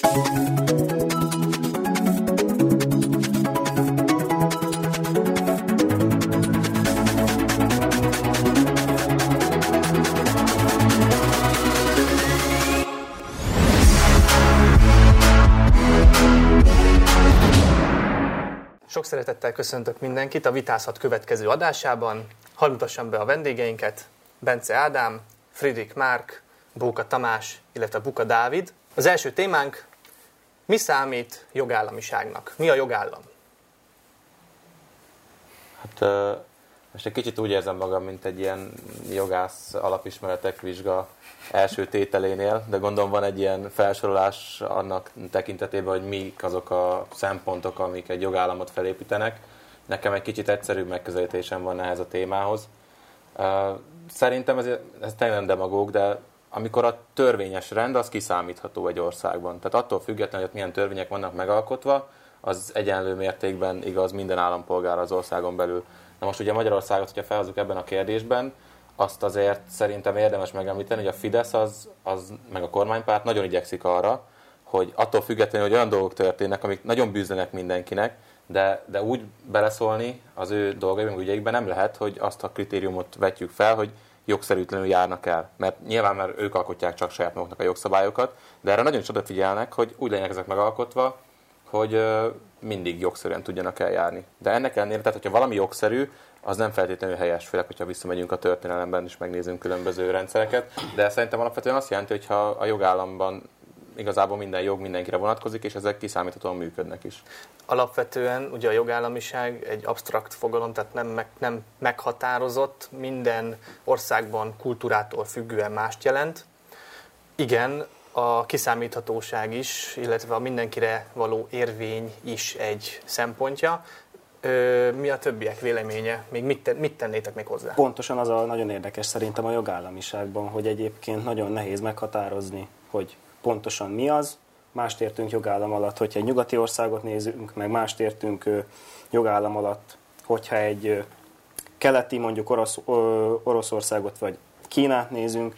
Sok szeretettel köszöntök mindenkit a Vitázhat következő adásában. Hadd mutassam be a vendégeinket: Bence Ádám, Friedrich Márk, Bóka Tamás, illetve Buka Dávid. Az első témánk: mi számít jogállamiságnak? Mi a jogállam? Hát most egy kicsit úgy érzem magam, mint egy ilyen jogász alapismeretek vizsga első tételénél, de gondolom van egy ilyen felsorolás annak tekintetében, hogy mik azok a szempontok, amik egy jogállamot felépítenek. Nekem egy kicsit egyszerűbb megközelítésem van ehhez a témához. Szerintem ez tényleg demagóg, de amikor a törvényes rend, az kiszámítható egy országban. Tehát attól függetlenül, hogy milyen törvények vannak megalkotva, az egyenlő mértékben igaz minden állampolgára az országon belül. Na most ugye Magyarországot, hogyha felhozzuk ebben a kérdésben, azt azért szerintem érdemes megemlíteni, hogy a Fidesz az meg a kormánypárt nagyon igyekszik arra, hogy attól függetlenül, hogy olyan dolgok történnek, amik nagyon bűzlenek mindenkinek, de úgy beleszólni az ő dolgaikban, ügyeikben nem lehet, hogy azt a kritériumot vetjük fel, hogy jogszerűtlenül járnak el. Mert nyilván már ők alkotják csak saját maguknak a jogszabályokat, de erre nagyon is odafigyelnek, hogy úgy legyenek ezek megalkotva, hogy mindig jogszerűen tudjanak eljárni. De ennek ellenére, tehát hogyha valami jogszerű, az nem feltétlenül helyes, főleg, hogyha visszamegyünk a történelemben és megnézünk különböző rendszereket. De szerintem alapvetően azt jelenti, hogy ha a jogállamban igazából minden jog mindenkire vonatkozik, és ezek kiszámíthatóan működnek is. Alapvetően ugye a jogállamiság egy absztrakt fogalom, tehát nem meghatározott, minden országban kultúrától függően mást jelent. Igen, a kiszámíthatóság is, illetve a mindenkire való érvény is egy szempontja. Mi a többiek véleménye? Még mit tennétek még hozzá? Pontosan az a nagyon érdekes szerintem a jogállamiságban, hogy egyébként nagyon nehéz meghatározni, hogy pontosan mi az. Mást értünk jogállam alatt, hogyha egy nyugati országot nézünk, meg mást értünk jogállam alatt, hogyha egy keleti, mondjuk Oroszországot vagy Kínát nézünk.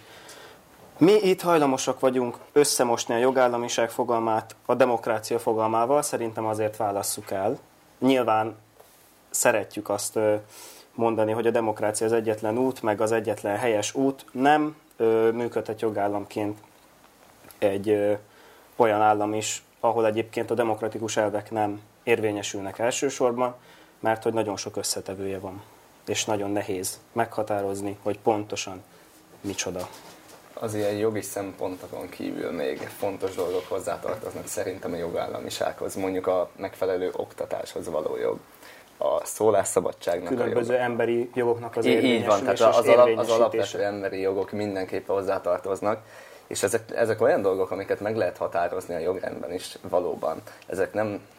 Mi itt hajlamosak vagyunk összemosni a jogállamiság fogalmát a demokrácia fogalmával, szerintem azért válasszuk el. Nyilván szeretjük azt mondani, hogy a demokrácia az egyetlen út, meg az egyetlen helyes út. Nem működhet jogállamként egy olyan állam is, ahol egyébként a demokratikus elvek nem érvényesülnek elsősorban, mert hogy nagyon sok összetevője van, és nagyon nehéz meghatározni, hogy pontosan micsoda. Az ilyen jogi szempontokon kívül még fontos dolgok hozzátartoznak szerintem a jogállamisághoz, mondjuk a megfelelő oktatáshoz való jog, a szólásszabadságnak különböző a joga. Emberi jogoknak az Így van, tehát az alapvető emberi jogok mindenképpen hozzátartoznak, és ezek olyan dolgok, amiket meg lehet határozni a jogrendben is valóban. Ezek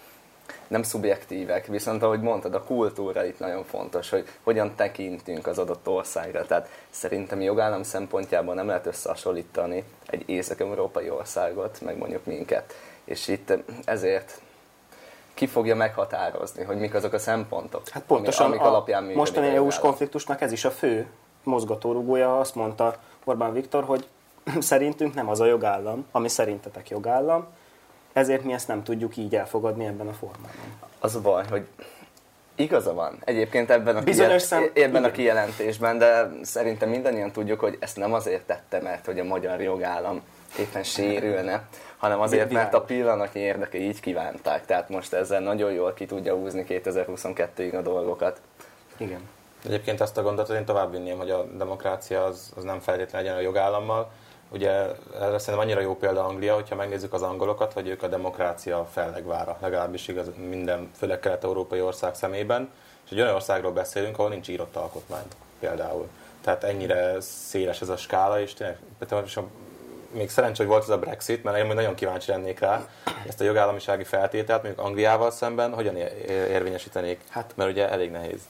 nem szubjektívek, viszont ahogy mondtad, a kultúra itt nagyon fontos, hogy hogyan tekintünk az adott országra. Tehát szerintem jogállam szempontjából nem lehet összehasonlítani egy észak-európai országot, meg mondjuk minket. És itt ezért ki fogja meghatározni, hogy mik azok a szempontok, hát pontosan amik alapján működik. Mostani EU-s konfliktusnak ez is a fő mozgatórugója. Azt mondta Orbán Viktor, hogy szerintünk nem az a jogállam, ami szerintetek jogállam, ezért mi ezt nem tudjuk így elfogadni ebben a formában. Az a baj, hogy igaza van egyébként ebben a kijelentésben, de szerintem mindannyian tudjuk, hogy ezt nem azért tette, mert hogy a magyar jogállam éppen sérülne, hanem azért, mert a pillanatnyi érdekei így kívánták. Tehát most ezzel nagyon jól ki tudja húzni 2022-ig a dolgokat. Igen. Egyébként ezt a gondolatot én tovább vinném, hogy a demokrácia az nem feltétlenül egyenlő a jogállammal. Ugye erre szerintem annyira jó példa Anglia, hogyha megnézzük az angolokat, hogy ők a demokrácia fellegvára, legalábbis igaz minden, főleg kelet-európai ország szemében. És egy olyan országról beszélünk, ahol nincs írott alkotmány például. Tehát ennyire széles ez a skála, és tényleg még szerencsé, hogy volt ez a Brexit, mert én nagyon kíváncsi lennék rá, ezt a jogállamisági feltételt, mondjuk Angliával szemben hogyan érvényesítenék, hát, mert ugye elég nehéz.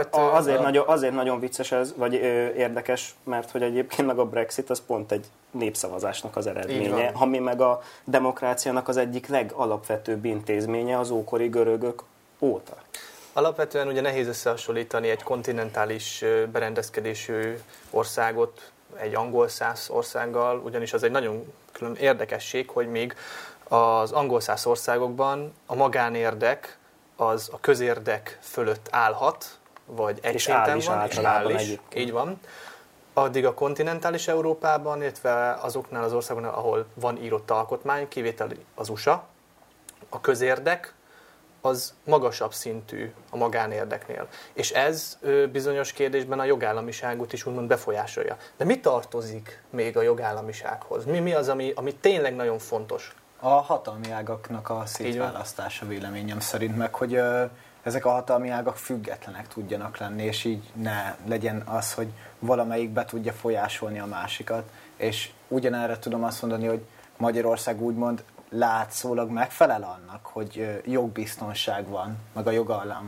Azért nagyon vicces ez, vagy érdekes, mert hogy egyébként meg a Brexit az pont egy népszavazásnak az eredménye, ami meg a demokráciának az egyik legalapvetőbb intézménye az ókori görögök óta. Alapvetően ugye nehéz összehasonlítani egy kontinentális berendezkedésű országot egy angol száz országgal, ugyanis az egy nagyon külön érdekesség, hogy még Az angolszász országokban a magánérdek az a közérdek fölött állhat, vagy egy szinten van, és áll is. Így van. Addig a kontinentális Európában, illetve azoknál az országoknál, ahol van írott alkotmány, kivétel az USA, a közérdek az magasabb szintű a magánérdeknél. És ez bizonyos kérdésben a jogállamiságot is úgymond befolyásolja. De mi tartozik még a jogállamisághoz? Mi az, ami tényleg nagyon fontos? A hatalmi ágaknak a szétválasztása véleményem szerint, meg hogy ezek a hatalmi ágak függetlenek tudjanak lenni, és így ne legyen az, hogy valamelyik be tudja folyásolni a másikat. És ugyanerre tudom azt mondani, hogy Magyarország úgymond látszólag megfelel annak, hogy jogbiztonság van, meg a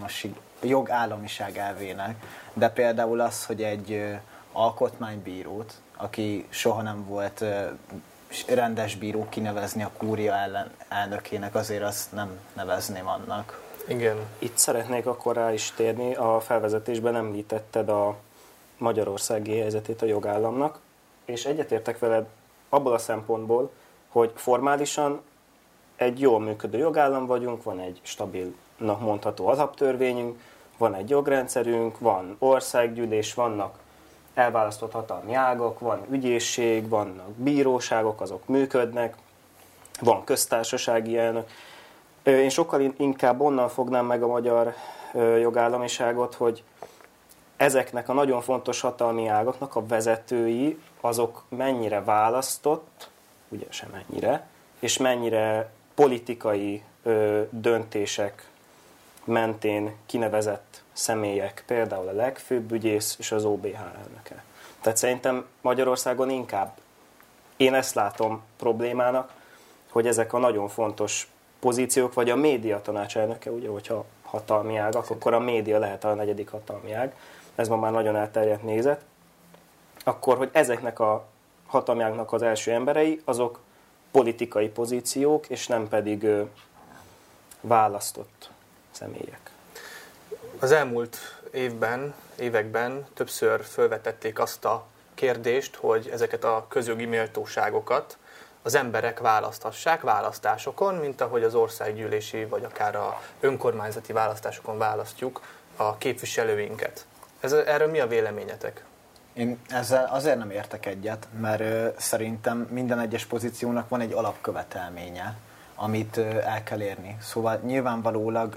jogállamiság elvének, de például az, hogy egy alkotmánybírót, aki soha nem volt rendes bíró kinevezni a kúria elnökének, azért azt nem nevezném annak. Igen. Itt szeretnék akkor rá is térni, a felvezetésben említetted a magyarországi helyzetét a jogállamnak, és egyetértek veled abból a szempontból, hogy formálisan egy jól működő jogállam vagyunk, van egy stabilnak mondható alaptörvényünk, van egy jogrendszerünk, van országgyűlés, vannak elválasztott hatalmi ágak, van ügyészség, vannak bíróságok, azok működnek, van köztársasági elnök. Én sokkal inkább onnan fognám meg a magyar jogállamiságot, hogy ezeknek a nagyon fontos hatalmi ágaknak a vezetői, azok mennyire választott, ugye sem mennyire, és mennyire politikai döntések mentén kinevezett személyek, például a legfőbb ügyész és az OBH elnöke. Tehát szerintem Magyarországon inkább én ezt látom problémának, hogy ezek a nagyon fontos pozíciók, vagy a média tanácselnöke, ugye, hogyha hatalmi ágak, akkor a média lehet a negyedik hatalmi ág, ez ma már nagyon elterjedt nézet, akkor, hogy ezeknek a hatalmi ágnak az első emberei, azok politikai pozíciók, és nem pedig választott személyek. Az elmúlt években többször felvetették azt a kérdést, hogy ezeket a közjogi méltóságokat az emberek választhassák választásokon, mint ahogy az országgyűlési, vagy akár a önkormányzati választásokon választjuk a képviselőinket. Erről mi a véleményetek? Én ezzel azért nem értek egyet, mert szerintem minden egyes pozíciónak van egy alapkövetelménye, amit el kell érni. Szóval nyilvánvalólag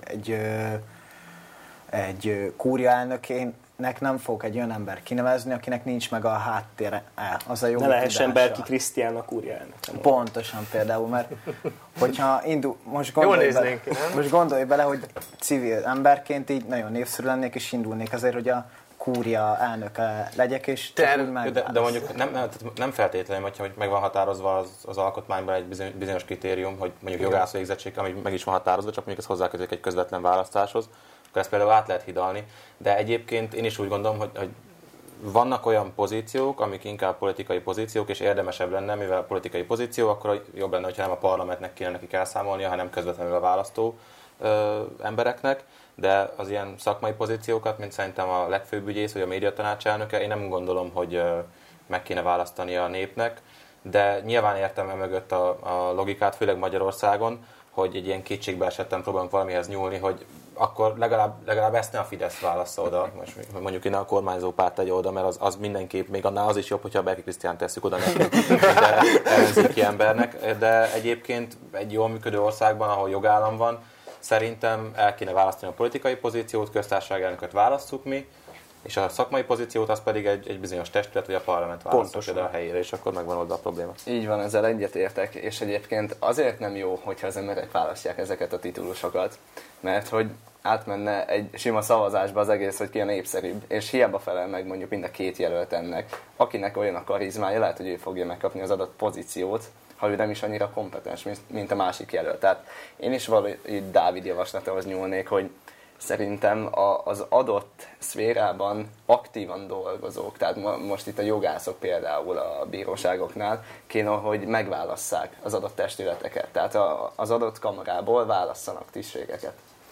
egy kúria elnökének nem fog egy olyan ember kinevezni, akinek nincs meg a háttere. Az a jogi ne lehessen Berki Krisztián a kúria elnöke. Pontosan például, mert hogyha most gondolj bele, hogy civil emberként így nagyon népszerű lennék, és indulnék azért, hogy a kúria elnöke legyek, és de mondjuk nem feltétlenül, hogy meg van határozva az alkotmányban egy bizonyos kritérium, hogy mondjuk jogász végzettség, ami meg is van határozva, csak mondjuk ezt hozzákötődik egy közvetlen választáshoz, akkor ezt például át lehet hidalni. De egyébként én is úgy gondolom, hogy vannak olyan pozíciók, amik inkább politikai pozíciók, és érdemesebb lenne, mivel a politikai pozíció, akkor jobb lenne, hogyha nem a parlamentnek kéne nekik elszámolnia, hanem közvetlenül a választó embereknek. De az ilyen szakmai pozíciókat, mint szerintem a legfőbb ügyész, vagy a médiatanácselnöke, én nem gondolom, hogy meg kéne választani a népnek, de nyilván értem mögött a logikát, főleg Magyarországon, hogy egy ilyen kétségbe esettem próbálunk valamihez nyúlni, hogy akkor legalább ezt ne a Fidesz válassza oda, most mondjuk innen a kormányzó párt egy oda, mert az mindenképp, még annál az is jobb, hogyha a Berki Krisztiánt tesszük oda neki, de ellenzéki embernek, de egyébként egy jól működő országban, ahol jogállam van, szerintem el kéne választani a politikai pozíciót, köztársasági elnököt válasszuk mi, és a szakmai pozíciót az pedig egy bizonyos testület, vagy a parlament választja a helyére, és akkor megvan oldva a probléma. Így van, ezzel egyetértek, és egyébként azért nem jó, hogyha az emberek választják ezeket a titulusokat, mert hogy átmenne egy sima szavazásba az egész, hogy ki a népszerűbb, és hiába felel meg mondjuk mind a két jelölt ennek, akinek olyan a karizmája, lehet, hogy ő fogja megkapni az adott pozíciót, ha ő nem is annyira kompetens, mint a másik jelölt. Tehát én is valahogy Dávid javaslatához nyúlnék, hogy szerintem az adott szférában aktívan dolgozók, tehát most itt a jogászok például a bíróságoknál kéne, hogy megválasszák az adott testületeket. Tehát az adott kamarából válasszanak tisztségeket.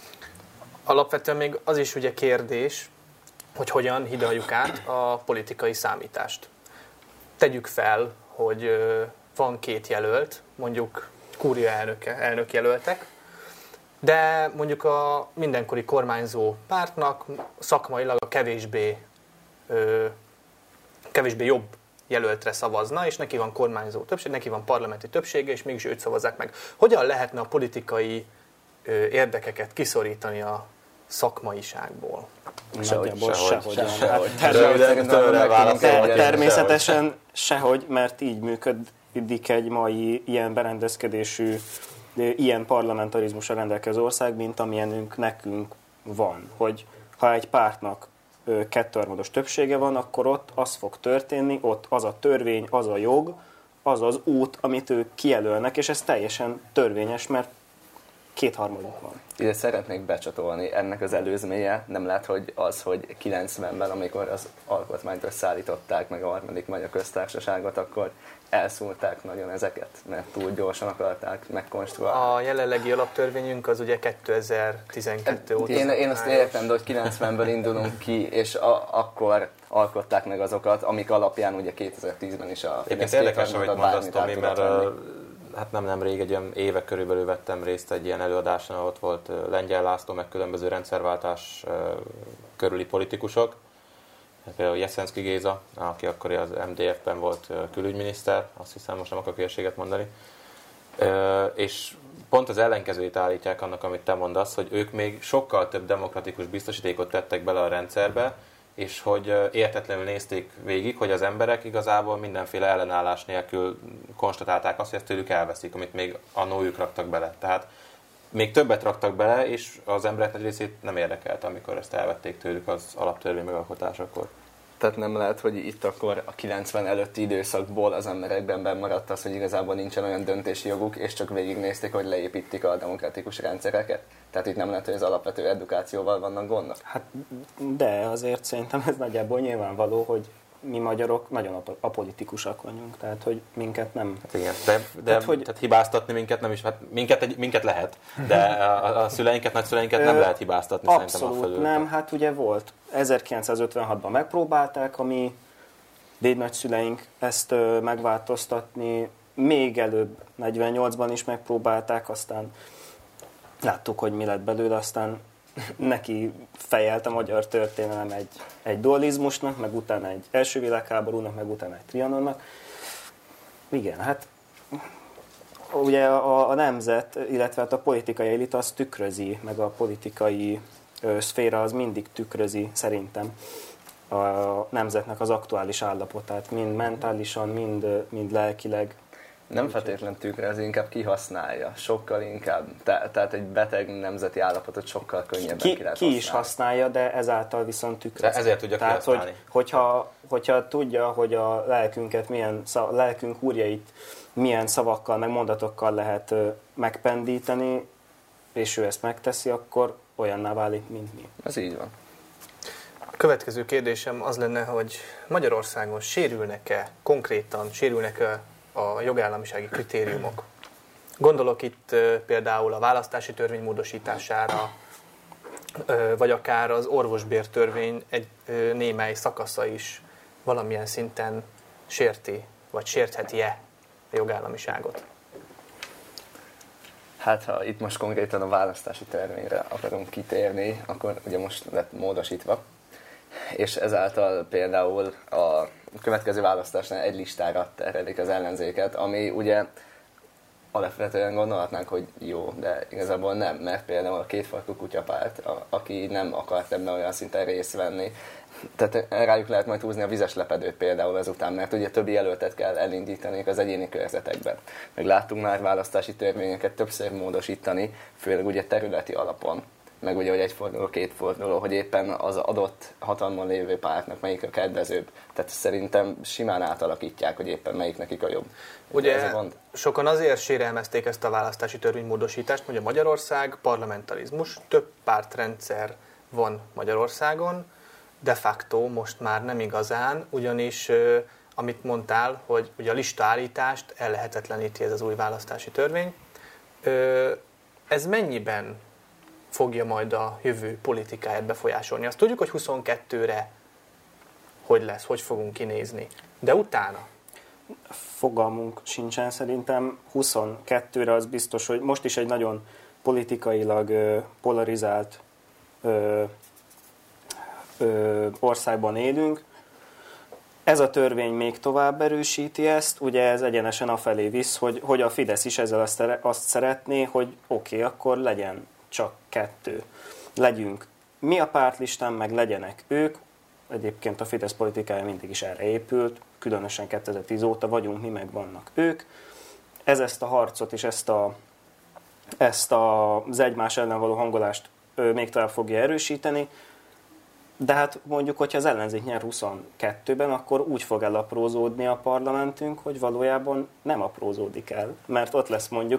Alapvetően még az is ugye kérdés, hogy hogyan hidaljuk át a politikai számítást. Tegyük fel, hogy van két jelölt, mondjuk kúria elnökjelöltek, de mondjuk a mindenkori kormányzó pártnak szakmailag a kevésbé jobb jelöltre szavazna, és neki van kormányzó többség, neki van parlamenti többsége, és mégis őt szavazzák meg. Hogyan lehetne a politikai érdekeket kiszorítani a szakmaiságból? Természetesen sehogy, mert így működik egy mai ilyen berendezkedésű, ilyen parlamentarizmusra rendelkező ország, mint amilyenünk nekünk van. Hogy ha egy pártnak kettőharmados többsége van, akkor ott az fog történni, ott az a törvény, az a jog, az az út, amit ők kijelölnek, és ez teljesen törvényes, mert kétharmaduk van. Ide szeretnék becsatolni, ennek az előzménye nem lehet, hogy az, hogy 90-ben, amikor az alkotmányt összeállították meg a harmadik magyar köztársaságot, akkor elszúrták nagyon ezeket, mert túl gyorsan akarták megkonstruálni. A jelenlegi alaptörvényünk az ugye 2012 óta. Én azt értem, de hogy 90-ből indulunk ki, és akkor alkották meg azokat, amik alapján ugye 2010-ben is a Fidesz érdekes, amit mondasz, Tomi, mert hát nem rég, egy olyan éve körülbelül vettem részt egy ilyen előadáson, ahol ott volt Lengyel László, meg különböző rendszerváltás körüli politikusok. Például Jeszenszky Géza, aki akkor az MDF-ben volt külügyminiszter, azt hiszem, most nem akarok hülyeséget mondani. És pont az ellenkezőjét állítják annak, amit te mondasz, hogy ők még sokkal több demokratikus biztosítékot tettek bele a rendszerbe, és hogy értetlenül nézték végig, hogy az emberek igazából mindenféle ellenállás nélkül konstatálták azt, hogy ezt tőlük elveszik, amit még annó ők raktak bele. Tehát még többet raktak bele, és az emberek nagy részét nem érdekelt, amikor ezt elvették tőlük az alaptörvény megalkotásakor. Tehát nem lehet, hogy itt akkor a 90 előtti időszakból az emberekben bennmaradt az, hogy igazából nincsen olyan döntési joguk, és csak végignézték, hogy leépítik a demokratikus rendszereket. Tehát itt nem lehet, hogy az alapvető edukációval vannak gondok. Hát de azért szerintem ez nagyjából nyilvánvaló, hogy mi magyarok nagyon apolitikusak vagyunk, tehát hogy minket nem... Hát igen, tehát hibáztatni minket nem is, hát minket lehet, de a szüleinket, nagyszüleinket nem lehet hibáztatni szerintem a fölül. Abszolút nem, hát ugye volt. 1956-ban megpróbálták a mi dédnagyszüleink ezt megváltoztatni, még előbb 48-ban is megpróbálták, aztán láttuk, hogy mi lett belőle, aztán neki fejelt a magyar történelem egy dualizmusnak, meg utána egy első világháborúnak, meg utána egy trianonnak. Igen, hát ugye a nemzet, illetve hát a politikai elit az tükrözi, meg a politikai szféra az mindig tükrözi szerintem a nemzetnek az aktuális állapotát, mind mentálisan, mind lelkileg. Nem feltétlenül tükrözi, inkább kihasználja, sokkal inkább. Tehát egy beteg nemzeti állapotot sokkal könnyebben ki lehet használni. Ki is használja, de ezáltal viszont tükrözi. De ezért tudja kihasználni. Hogyha tudja, hogy a lelkünket lelkünk úrjait milyen szavakkal, meg mondatokkal lehet megpendíteni, és ő ezt megteszi, akkor olyanná válik, mint mi. Ez így van. A következő kérdésem az lenne, hogy Magyarországon sérülnek-e a jogállamisági kritériumok? Gondolok itt például a választási törvény módosítására, vagy akár az orvosbértörvény egy némely szakasza is valamilyen szinten sérti, vagy sértheti-e a jogállamiságot? Hát ha itt most konkrétan a választási törvényre akarunk kitérni, akkor ugye most lett módosítva, és ezáltal például a következő választásnál egy listára terhelik az ellenzéket, ami ugye alapvetően gondolhatnánk, hogy jó, de igazából nem, mert például a kétfarkú kutyapárt, aki nem akart ebben olyan szinten részt venni, tehát rájuk lehet majd húzni a vizes lepedőt például ezután, mert ugye többi jelöltet kell elindítani az egyéni körzetekben. Meg láttunk már választási törvényeket többször módosítani, főleg ugye területi alapon, meg ugye, hogy egy forduló, két forduló, hogy éppen az adott hatalmon lévő pártnak melyik a kedvezőbb. Tehát szerintem simán átalakítják, hogy éppen melyik nekik a jobb. Ugye sokan azért sérelmezték ezt a választási törvénymódosítást, hogy a Magyarország parlamentarizmus, több pártrendszer van Magyarországon, de facto most már nem igazán, ugyanis amit mondtál, hogy ugye a listaállítást ellehetetleníti ez az új választási törvény. Ez mennyiben fogja majd a jövő politikáját befolyásolni? Azt tudjuk, hogy 22-re hogy lesz, hogy fogunk kinézni. De utána Fogalmunk sincsen szerintem. 22-re az biztos, hogy most is egy nagyon politikailag polarizált országban élünk. Ez a törvény még tovább erősíti ezt, ugye ez egyenesen afelé visz, hogy a Fidesz is ezzel azt szeretné, hogy oké, akkor legyen csak 2. Legyünk mi a pártlistán, meg legyenek ők. Egyébként a Fidesz politikája mindig is erre épült, különösen 2010 óta vagyunk mi, meg vannak ők. Ezt a harcot és ezt az egymás ellen való hangolást még tovább fogja erősíteni, de hát mondjuk, hogyha az ellenzék nyer 22-ben, akkor úgy fog elaprózódni a parlamentünk, hogy valójában nem aprózódik el, mert ott lesz mondjuk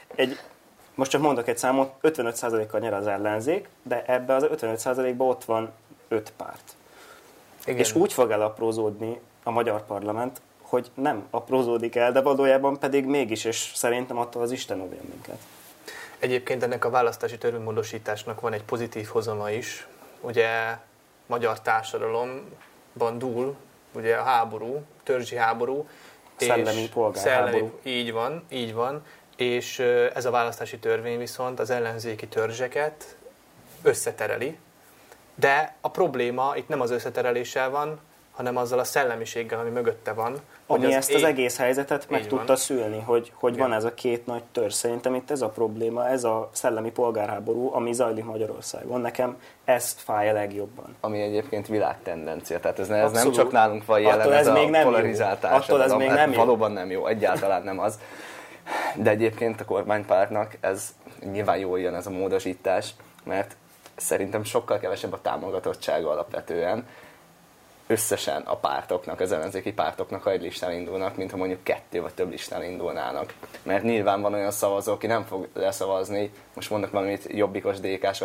most csak mondok egy számot, 55%-kal nyer az ellenzék, de ebbe az 55%-ban ott van 5 párt. Igen. És úgy fog elaprózódni a magyar parlament, hogy nem aprózódik el, de valójában pedig mégis, és szerintem attól az Isten óvjon minket. Egyébként ennek a választási törvénymódosításnak van egy pozitív hozama is. Ugye magyar társadalomban dúl ugye a háború, törzsi háború. Szellemi polgárháború. Így van. És ez a választási törvény viszont az ellenzéki törzseket összetereli. De a probléma itt nem az összetereléssel van, hanem azzal a szellemiséggel, ami mögötte van. Ami ezt az egész helyzetet meg tudta szülni, hogy van ez a 2 nagy törzs. Szerintem itt ez a probléma, ez a szellemi polgárháború, ami zajlik Magyarországon. Nekem ez fáj a legjobban. Ami egyébként világtendencia, tehát ez nem csak nálunk van jelen, ez a polarizált társadalom. Valóban nem jó, egyáltalán nem az. De egyébként a kormánypártnak ez nyilván jól jön ez a módosítás, mert szerintem sokkal kevesebb a támogatottsága alapvetően összesen a pártoknak, az ellenzéki pártoknak, ha egy listán indulnak, mint ha mondjuk 2 vagy több listán indulnának. Mert nyilván van olyan szavazó, aki nem fog leszavazni, most mondok valamit jobbikos, DK-s,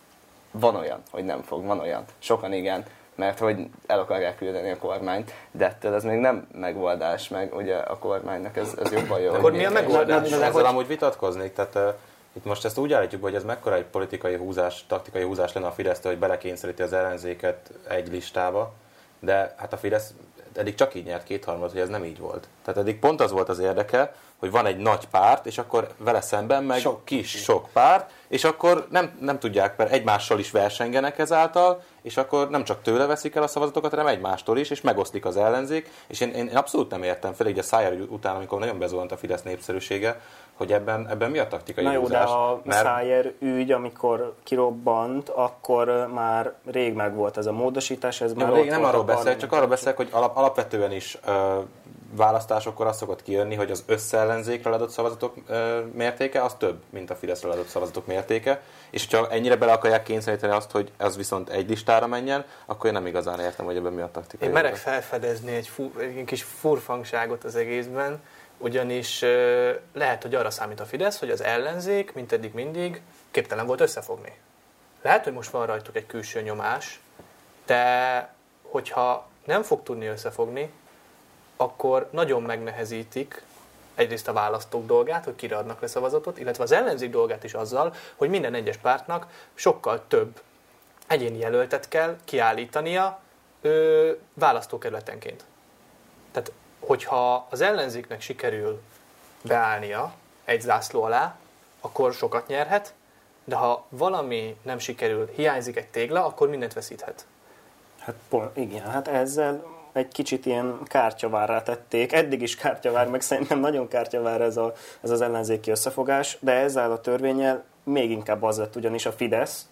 van olyan, hogy nem fog, van olyan. Sokan igen, mert hogy el akarják küldeni a kormányt, de ettől ez még nem megoldás, meg ugye a kormánynak ez jobban jó. Akkor mi a megoldás? Ezzel amúgy vitatkoznék, tehát itt most ezt úgy állítjuk, hogy ez mekkora egy politikai húzás, taktikai húzás lenne a Fidesztől, hogy belekényszeríti az ellenzéket egy listába, de hát a Fidesz eddig csak így nyert 2/3, hogy ez nem így volt. Tehát eddig pont az volt az érdeke, hogy van egy nagy párt, és akkor vele szemben meg sok párt, és akkor nem tudják, mert egymással is versengenek ezáltal, és akkor nem csak tőle veszik el a szavazatokat, hanem egymástól is, és megoszlik az ellenzék, és én abszolút nem értem, főleg a Szájer után, amikor nagyon bezuhant a Fidesz népszerűsége, hogy ebben mi a taktikai húzás. Na jó, de a Szájer ügy, amikor kirobbant, akkor már rég megvolt ez a módosítás, ez már nem arról beszél, csak arról beszél, hogy alapvetően is választásokkor az szokott kijönni, hogy az összeellenzékre adott szavazatok mértéke az több, mint a Fideszre adott szavazatok mértéke, és hogyha ennyire bele akarják kényszeríteni azt, hogy ez viszont egy listára menjen, akkor én nem igazán értem, hogy ebben mi a taktika. Én merek felfedezni egy kis furfangságot az egészben, ugyanis lehet, hogy arra számít a Fidesz, hogy az ellenzék, mint eddig mindig, képtelen volt összefogni. Lehet, hogy most van rajtuk egy külső nyomás, de hogyha nem fog tudni összefogni, akkor nagyon megnehezítik egyrészt a választók dolgát, hogy kire adnak le szavazatot, illetve az ellenzék dolgát is azzal, hogy minden egyes pártnak sokkal több egyéni jelöltet kell kiállítania választókerületenként. Tehát, hogyha az ellenzéknek sikerül beállnia egy zászló alá, akkor sokat nyerhet, de ha valami nem sikerül, hiányzik egy tégla, akkor mindent veszíthet. Hát igen, hát ezzel egy kicsit ilyen kártyavárrá tették. Eddig is kártyavár, meg szerintem nagyon kártyavár ez az ellenzéki összefogás, de ezzel a törvénnyel még inkább az lett, ugyanis a Fidesz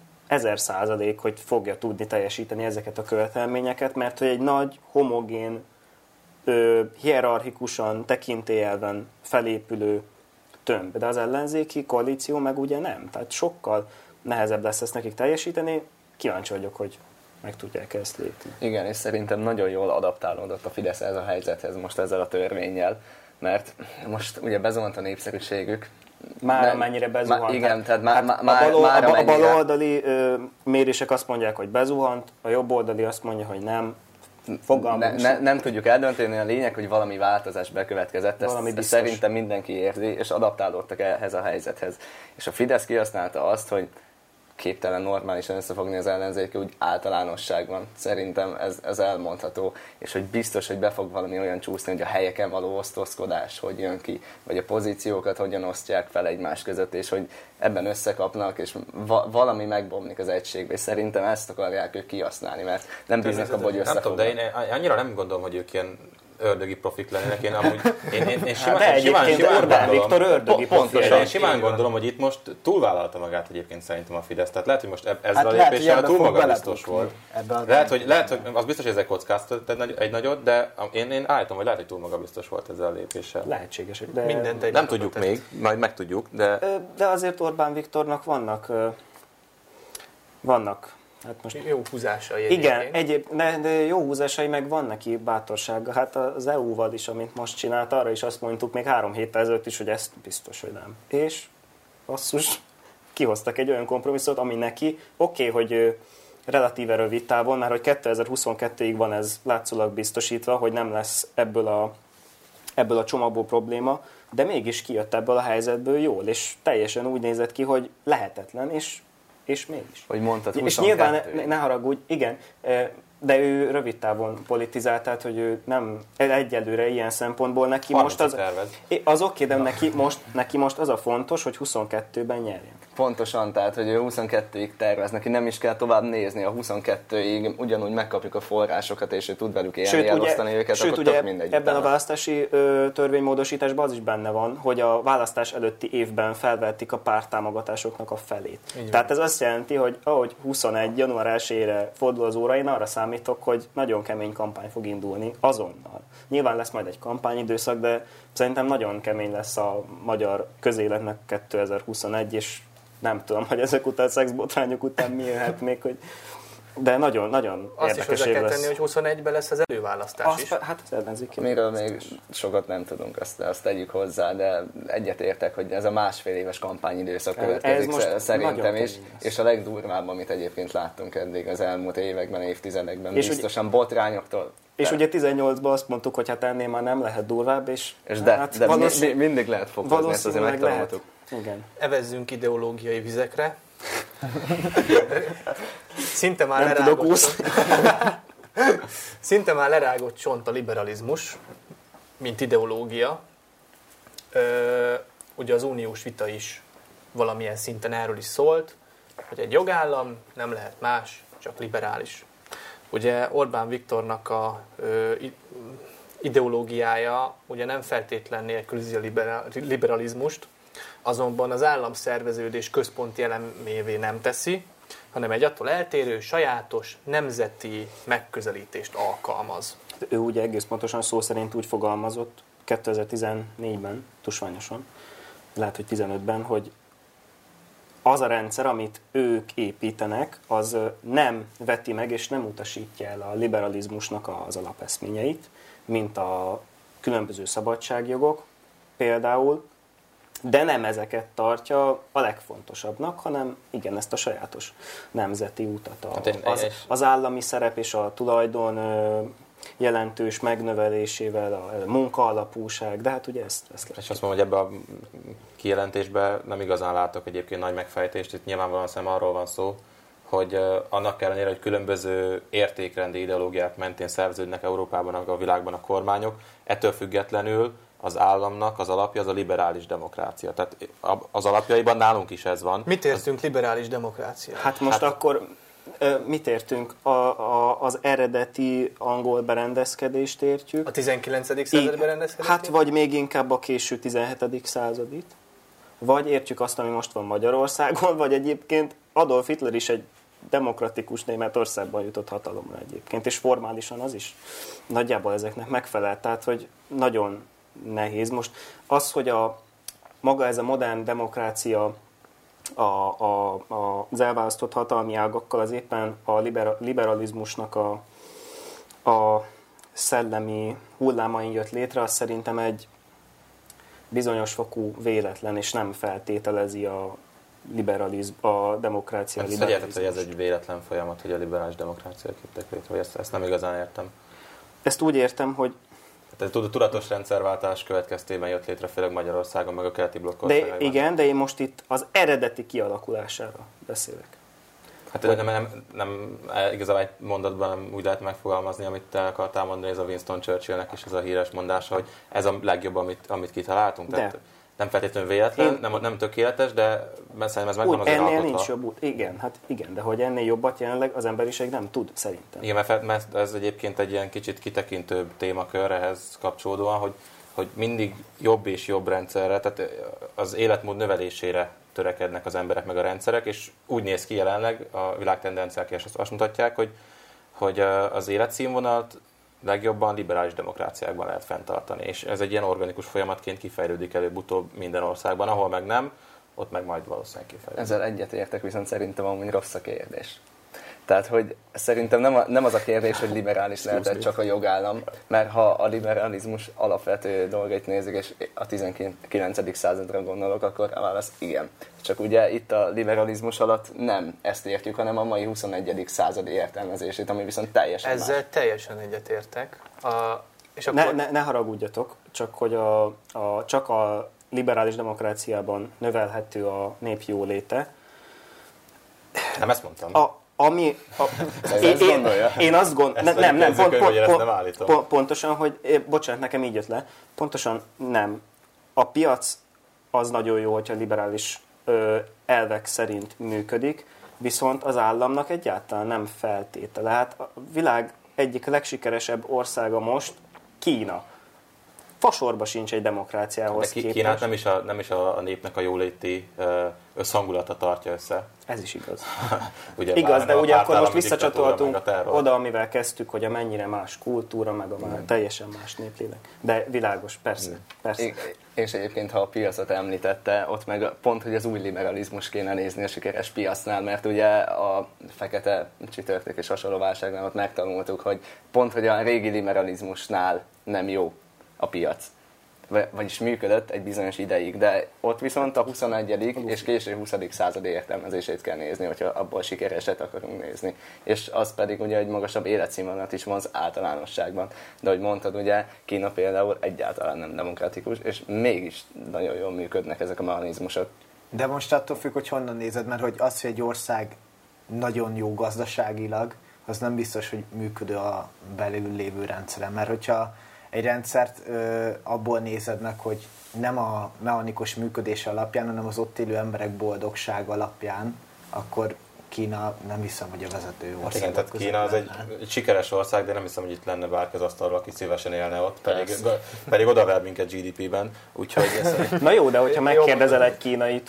1000%, hogy fogja tudni teljesíteni ezeket a követelményeket, mert hogy egy nagy, homogén, hierarchikusan, tekintélyelven felépülő tömb. De az ellenzéki koalíció meg ugye nem. Tehát sokkal nehezebb lesz ezt nekik teljesíteni. Kíváncsi vagyok, hogy meg tudják ezt lépni. Igen, és szerintem nagyon jól adaptálódott a Fidesz ez a helyzethez most ezzel a törvénnyel, mert most ugye bezuhant a népszerűségük. Már mennyire bezuhant. Igen, tehát a baloldali mérések azt mondják, hogy bezuhant, a jobboldali azt mondja, hogy nem. Nem tudjuk eldönteni, a lényeg, hogy valami változás bekövetkezett, ezt szerintem mindenki érzi, és adaptálódtak ehhez a helyzethez. És a Fidesz kihasználta azt, hogy képtelen normálisan összefogni az ellenzék, úgy általánosságban. Szerintem ez elmondható, és hogy biztos, hogy be fog valami olyan csúszni, hogy a helyeken való osztozkodás hogy jön ki, vagy a pozíciókat hogyan osztják fel egymás között, és hogy ebben összekapnak, és valami megbomlik az egységbe, és szerintem ezt akarják ők kihasználni, mert nem bíznak abban, hogy összefognak. Nem tudom, de én annyira nem gondolom, hogy ők ilyen ördögi profik lennének. Én amúgy simán Orbán Viktor ördögi profil. Én simán gondolom, hogy itt most túlvállalta magát egyébként szerintem a Fidesz. Tehát lehet, hogy most ezzel a lépéssel túl magabiztos volt. Lehet, hogy az biztos, hogy ezzel kockáztat egy nagyot, de én állítom, hogy lehet, hogy túl magabiztos volt ezzel a lépéssel. Lehetséges, de nem tudjuk még, majd megtudjuk, de azért Orbán Viktornak vannak hát most jó húzásai. Igen, de jó húzásai, meg van neki bátorsága. Hát az EU-val is, amit most csinált, arra is azt mondtuk még 3 héttel ezelőtt is, hogy ezt biztos, hogy nem. És basszus, kihoztak egy olyan kompromisszumot, ami neki oké, hogy relatíve rövid távon, mert hogy 2022-ig van ez látszólag biztosítva, hogy nem lesz ebből a csomagból probléma, de mégis kijött ebből a helyzetből jól, és teljesen úgy nézett ki, hogy lehetetlen, és mégis. Hogy mondtad, 22. És nyilván ne haragudj, igen, de ő rövid távon politizált, tehát hogy ő nem egyelőre ilyen szempontból neki most az oké, de neki most az a fontos, hogy 22-ben nyerjen. Pontosan, tehát hogy ő 22-ig tervez, neki nem is kell tovább nézni, a 22-ig ugyanúgy megkapjuk a forrásokat, és ő tud velük élni, elosztani őket, sőt, akkor tök mindegy. Ebben a választási törvénymódosításban az is benne van, hogy a választás előtti évben felvették a párttámogatásoknak a felét. Tehát ez azt jelenti, hogy ahogy 21. január 1-ére fordul az óra, én arra számítok, hogy nagyon kemény kampány fog indulni azonnal. Nyilván lesz majd egy kampányidőszak, de szerintem nagyon kemény lesz a magyar közéletnek 2021, és nem tudom, hogy ezek után, szexbotrányok után mi jöhet még, hogy... De nagyon azt érdekes is év lesz. Azt is tenni, hogy 21-ben lesz az előválasztás is. Hát az ellenzéki. Miről még sokat nem tudunk, azt tegyük hozzá, de egyetértek, hogy ez a 1,5 éves kampányidőszak következik szerintem is, és a legdurvább, amit egyébként láttunk eddig az elmúlt években, évtizedekben, és biztosan botrányoktól. És ugye 18-ban azt mondtuk, hogy hát ennél már nem lehet durvább, és de mindig lehet fokozni, ezt azért megtanultuk. Igen. Evezzünk ideológiai vizekre. Szinte már lerágott csont a liberalizmus, mint ideológia. Ugye az uniós vita is valamilyen szinten erről is szólt, hogy egy jogállam nem lehet más, csak liberális. Ugye Orbán Viktornak a ideológiája ugye nem feltétlen nélkülözi a liberalizmust, azonban az államszerveződés központi elemévé nem teszi, hanem egy attól eltérő, sajátos, nemzeti megközelítést alkalmaz. Ő ugye egész pontosan szó szerint úgy fogalmazott 2014-ben, tusványosan, lehet, hogy 15-ben, hogy az a rendszer, amit ők építenek, az nem veti meg és nem utasítja el a liberalizmusnak az alapeszményeit, mint a különböző szabadságjogok például, de nem ezeket tartja a legfontosabbnak, hanem igen, ezt a sajátos nemzeti utat. Az állami szerep és a tulajdon jelentős megnövelésével, a munkaalapúság, de hát ugye ezt lehet. És azt mondom, hogy ebben a kijelentésben nem igazán látok egyébként nagy megfejtést, itt nyilvánvalóan szerintem arról van szó, hogy annak ellenére, hogy különböző értékrendi ideológiák mentén szerveződnek Európában, a világban a kormányok, ettől függetlenül az államnak az alapja az a liberális demokrácia. Tehát az alapjaiban nálunk is ez van. Mit értünk liberális demokrácia? Hát most akkor mit értünk? Az eredeti angol berendezkedést értjük. A 19. század berendezkedést? Hát vagy még inkább a késő 17. századit. Vagy értjük azt, ami most van Magyarországon, vagy egyébként Adolf Hitler is egy demokratikus Németországban jutott hatalomra egyébként, és formálisan az is nagyjából ezeknek megfelel. Tehát, hogy nagyon nehéz. Most az, hogy maga ez a modern demokrácia az elválasztott hatalmi ágakkal az éppen a liberalizmusnak a szellemi hullámain jött létre, az szerintem egy bizonyos fokú véletlen, és nem feltételezi a demokrácia liberalizmus. Hogy ez egy véletlen folyamat, hogy a liberális demokráciák jöttek létre, vagy ezt nem igazán értem. Ezt úgy értem, hogy tehát a tudatos rendszerváltás következtében jött létre főleg Magyarországon, meg a keleti blokkországban. Igen, de én most itt az eredeti kialakulására beszélek. Hát nem igazából egy mondatban nem úgy lehet megfogalmazni, amit te akartál mondani, ez a Winston Churchillnek is ez a híres mondása, hogy ez a legjobb, amit kitaláltunk. Tehát nem feltétlenül véletlen, nem tökéletes, de szerintem ez megvan azért ennél alkotva. Nincs jobb út. Igen, hát igen, de hogy ennél jobbat jelenleg az emberiség nem tud, szerintem. Igen, mert ez egyébként egy ilyen kicsit kitekintőbb témakör ehhez kapcsolódóan, hogy mindig jobb és jobb rendszerre, tehát az életmód növelésére törekednek az emberek meg a rendszerek, és úgy néz ki jelenleg, a világ tendenciák és azt mutatják, hogy az életszínvonalat legjobban liberális demokráciákban lehet fenntartani. És ez egy ilyen organikus folyamatként kifejlődik előbb-utóbb minden országban, ahol meg nem, ott meg majd valószínűleg kifejlődik. Ezzel egyetértek, viszont szerintem amúgy rossz a kérdés. Tehát, hogy szerintem nem az a kérdés, hogy liberális lehet csak a jogállam, mert ha a liberalizmus alapvető dolgait nézzük, és a 19. századra gondolok, akkor a válasz igen. Csak ugye itt a liberalizmus alatt nem ezt értjük, hanem a mai 21. század értelmezését, ami viszont teljesen ezzel más. teljesen egyetértek. És akkor... ne haragudjatok, csak hogy csak a liberális demokráciában növelhető a nép jóléte. Nem ezt mondtam. Én azt gondolom, pontosan, hogy, bocsánat, nekem így jött le, pontosan nem. A piac az nagyon jó, hogyha liberális elvek szerint működik, viszont az államnak egyáltalán nem feltétele. Hát a világ egyik legsikeresebb országa most Kína. Fasorba sincs egy demokráciához képest. Kínát nem is a népnek a jóléti összhangulata tartja össze. Ez is igaz. Ugye igaz, de ugye akkor most visszacsatoltunk oda, amivel kezdtük, hogy a mennyire más kultúra, meg a teljesen más néplélek. De világos, persze. És egyébként, ha a piacot említette, ott meg pont, hogy az új liberalizmus kéne nézni a sikeres piacnál, mert ugye a fekete csütörtök és hasonló válságnál ott megtanultuk, hogy pont, hogy a régi liberalizmusnál nem jó a piac. Vagyis működött egy bizonyos ideig, de ott viszont a 21. és később 20. század értelmezését kell nézni, hogyha abból sikereset akarunk nézni. És az pedig ugye egy magasabb életszínvonalat is vonz általánosságban. De ahogy mondtad, ugye Kína például egyáltalán nem demokratikus, és mégis nagyon jól működnek ezek a mechanizmusok. De most attól függ, hogy honnan nézed, mert hogy az, hogy egy ország nagyon jó gazdaságilag, az nem biztos, hogy működő a belül lévő rendszeren. Mert hogyha egy rendszert abból nézed meg, hogy nem a mechanikus működése alapján, hanem az ott élő emberek boldogság alapján, akkor Kína nem hiszem, hogy a vezető ország. Igen, tehát Kína az egy sikeres ország, de nem hiszem, hogy itt lenne bárki az asztalról, aki szívesen élne ott, pedig odaver minket GDP-ben. Úgyhogy Na jó, de hogyha megkérdezel egy kínait,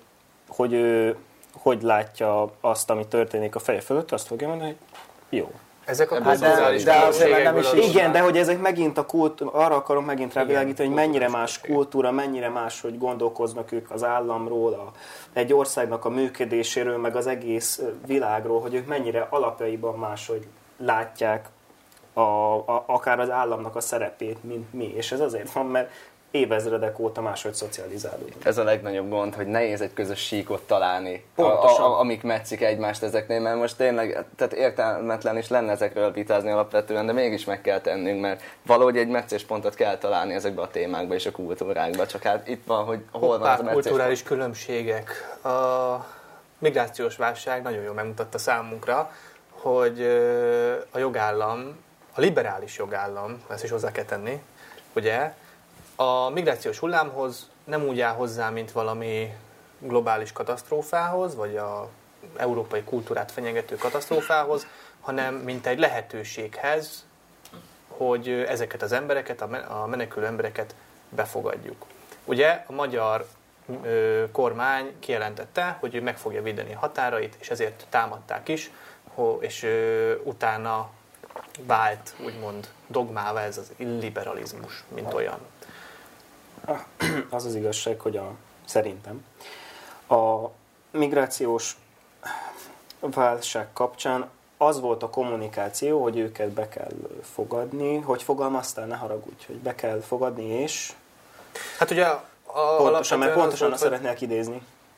hogy látja azt, ami történik a feje fölött, azt fogja mondani, hogy jó. Ezek a kulturális igen, de hogy ezek megint arra akarom megint rávilágítani, hogy mennyire más kultúra, mennyire más, hogy gondolkoznak ők az államról, egy országnak a működéséről, meg az egész világról, hogy ők mennyire alapjaiban máshogy látják akár az államnak a szerepét, mint mi. És ez azért van, mert évezredek óta máshogy szocializálódunk. Ez a legnagyobb gond, hogy nehéz egy közös síkot találni, amik metszik egymást ezeknél, mert most tényleg tehát értelmetlen is lenne ezekről vitázni alapvetően, de mégis meg kell tennünk, mert valahogy egy meccéspontot kell találni ezekbe a témákba és a kultúrákba, csak hát itt van, hogy hol van az a meccéspont. Kulturális különbségek. A migrációs válság nagyon jól megmutatta számunkra, hogy a jogállam, a liberális jogállam, ezt is hozzá kell tenni, ugye, a migrációs hullámhoz nem úgy áll hozzá, mint valami globális katasztrófához, vagy az európai kultúrát fenyegető katasztrófához, hanem mint egy lehetőséghez, hogy ezeket az embereket, a menekülő embereket befogadjuk. Ugye a magyar kormány kijelentette, hogy ő meg fogja védeni a határait, és ezért támadták is, és utána vált úgymond dogmává ez az illiberalizmus, mint olyan. Az az igazság, hogy szerintem a migrációs válság kapcsán az volt a kommunikáció, hogy őket be kell fogadni. Hogy fogalmaztál, ne haragudj, hogy be kell fogadni, és... Hát ugye pontosan azt szeretnék idézni.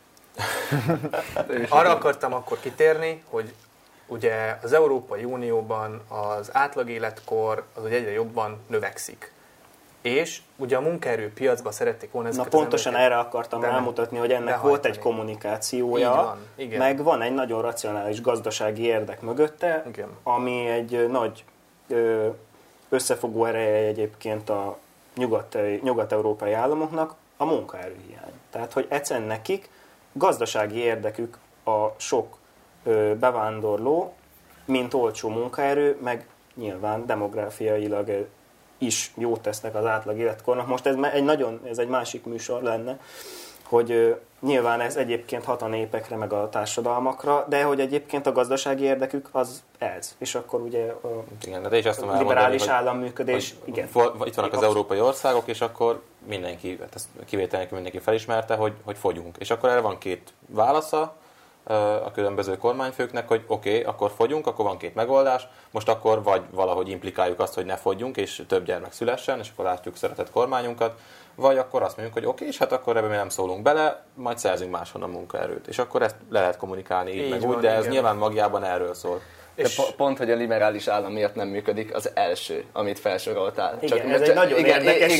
Arra akartam akkor kitérni, hogy ugye az Európai Unióban az átlag életkor az egyre jobban növekszik. És ugye a munkaerőpiacba szerették volna ezeket pontosan erre akartam rámutatni, hogy ennek volt egy kommunikációja, meg van egy nagyon racionális gazdasági érdek mögötte, igen. Ami egy nagy összefogó ereje egyébként a nyugat-európai államoknak, a munkaerőhiány. Tehát, hogy egyszerűen nekik gazdasági érdekük a sok bevándorló, mint olcsó munkaerő, meg nyilván demográfiailag is jót tesznek az átlag életkornak. Most ez egy másik műsor lenne, hogy nyilván ez egyébként hat a népekre, meg a társadalmakra, de hogy egyébként a gazdasági érdekük az ez. És akkor ugye a liberális államműködés, igen. Itt vannak az európai országok, és akkor mindenki, ezt kivétel nélkül mindenki felismerte, hogy fogyunk. És akkor erre van két válasza a különböző kormányfőknek, hogy oké, akkor fogyunk, akkor van két megoldás, most akkor vagy valahogy implikáljuk azt, hogy ne fogyjunk, és több gyermek szülessen, és akkor látjuk szeretett kormányunkat, vagy akkor azt mondjuk, hogy oké, és hát akkor ebben mi nem szólunk bele, majd szerzünk máshonnan munkaerőt. És akkor ezt le lehet kommunikálni így meg úgy, de ez nyilván magjában erről szól. De pont, hogy a liberális állam miatt nem működik, az első, amit felsoroltál. Igen, csak ez egy nagyon érdekes,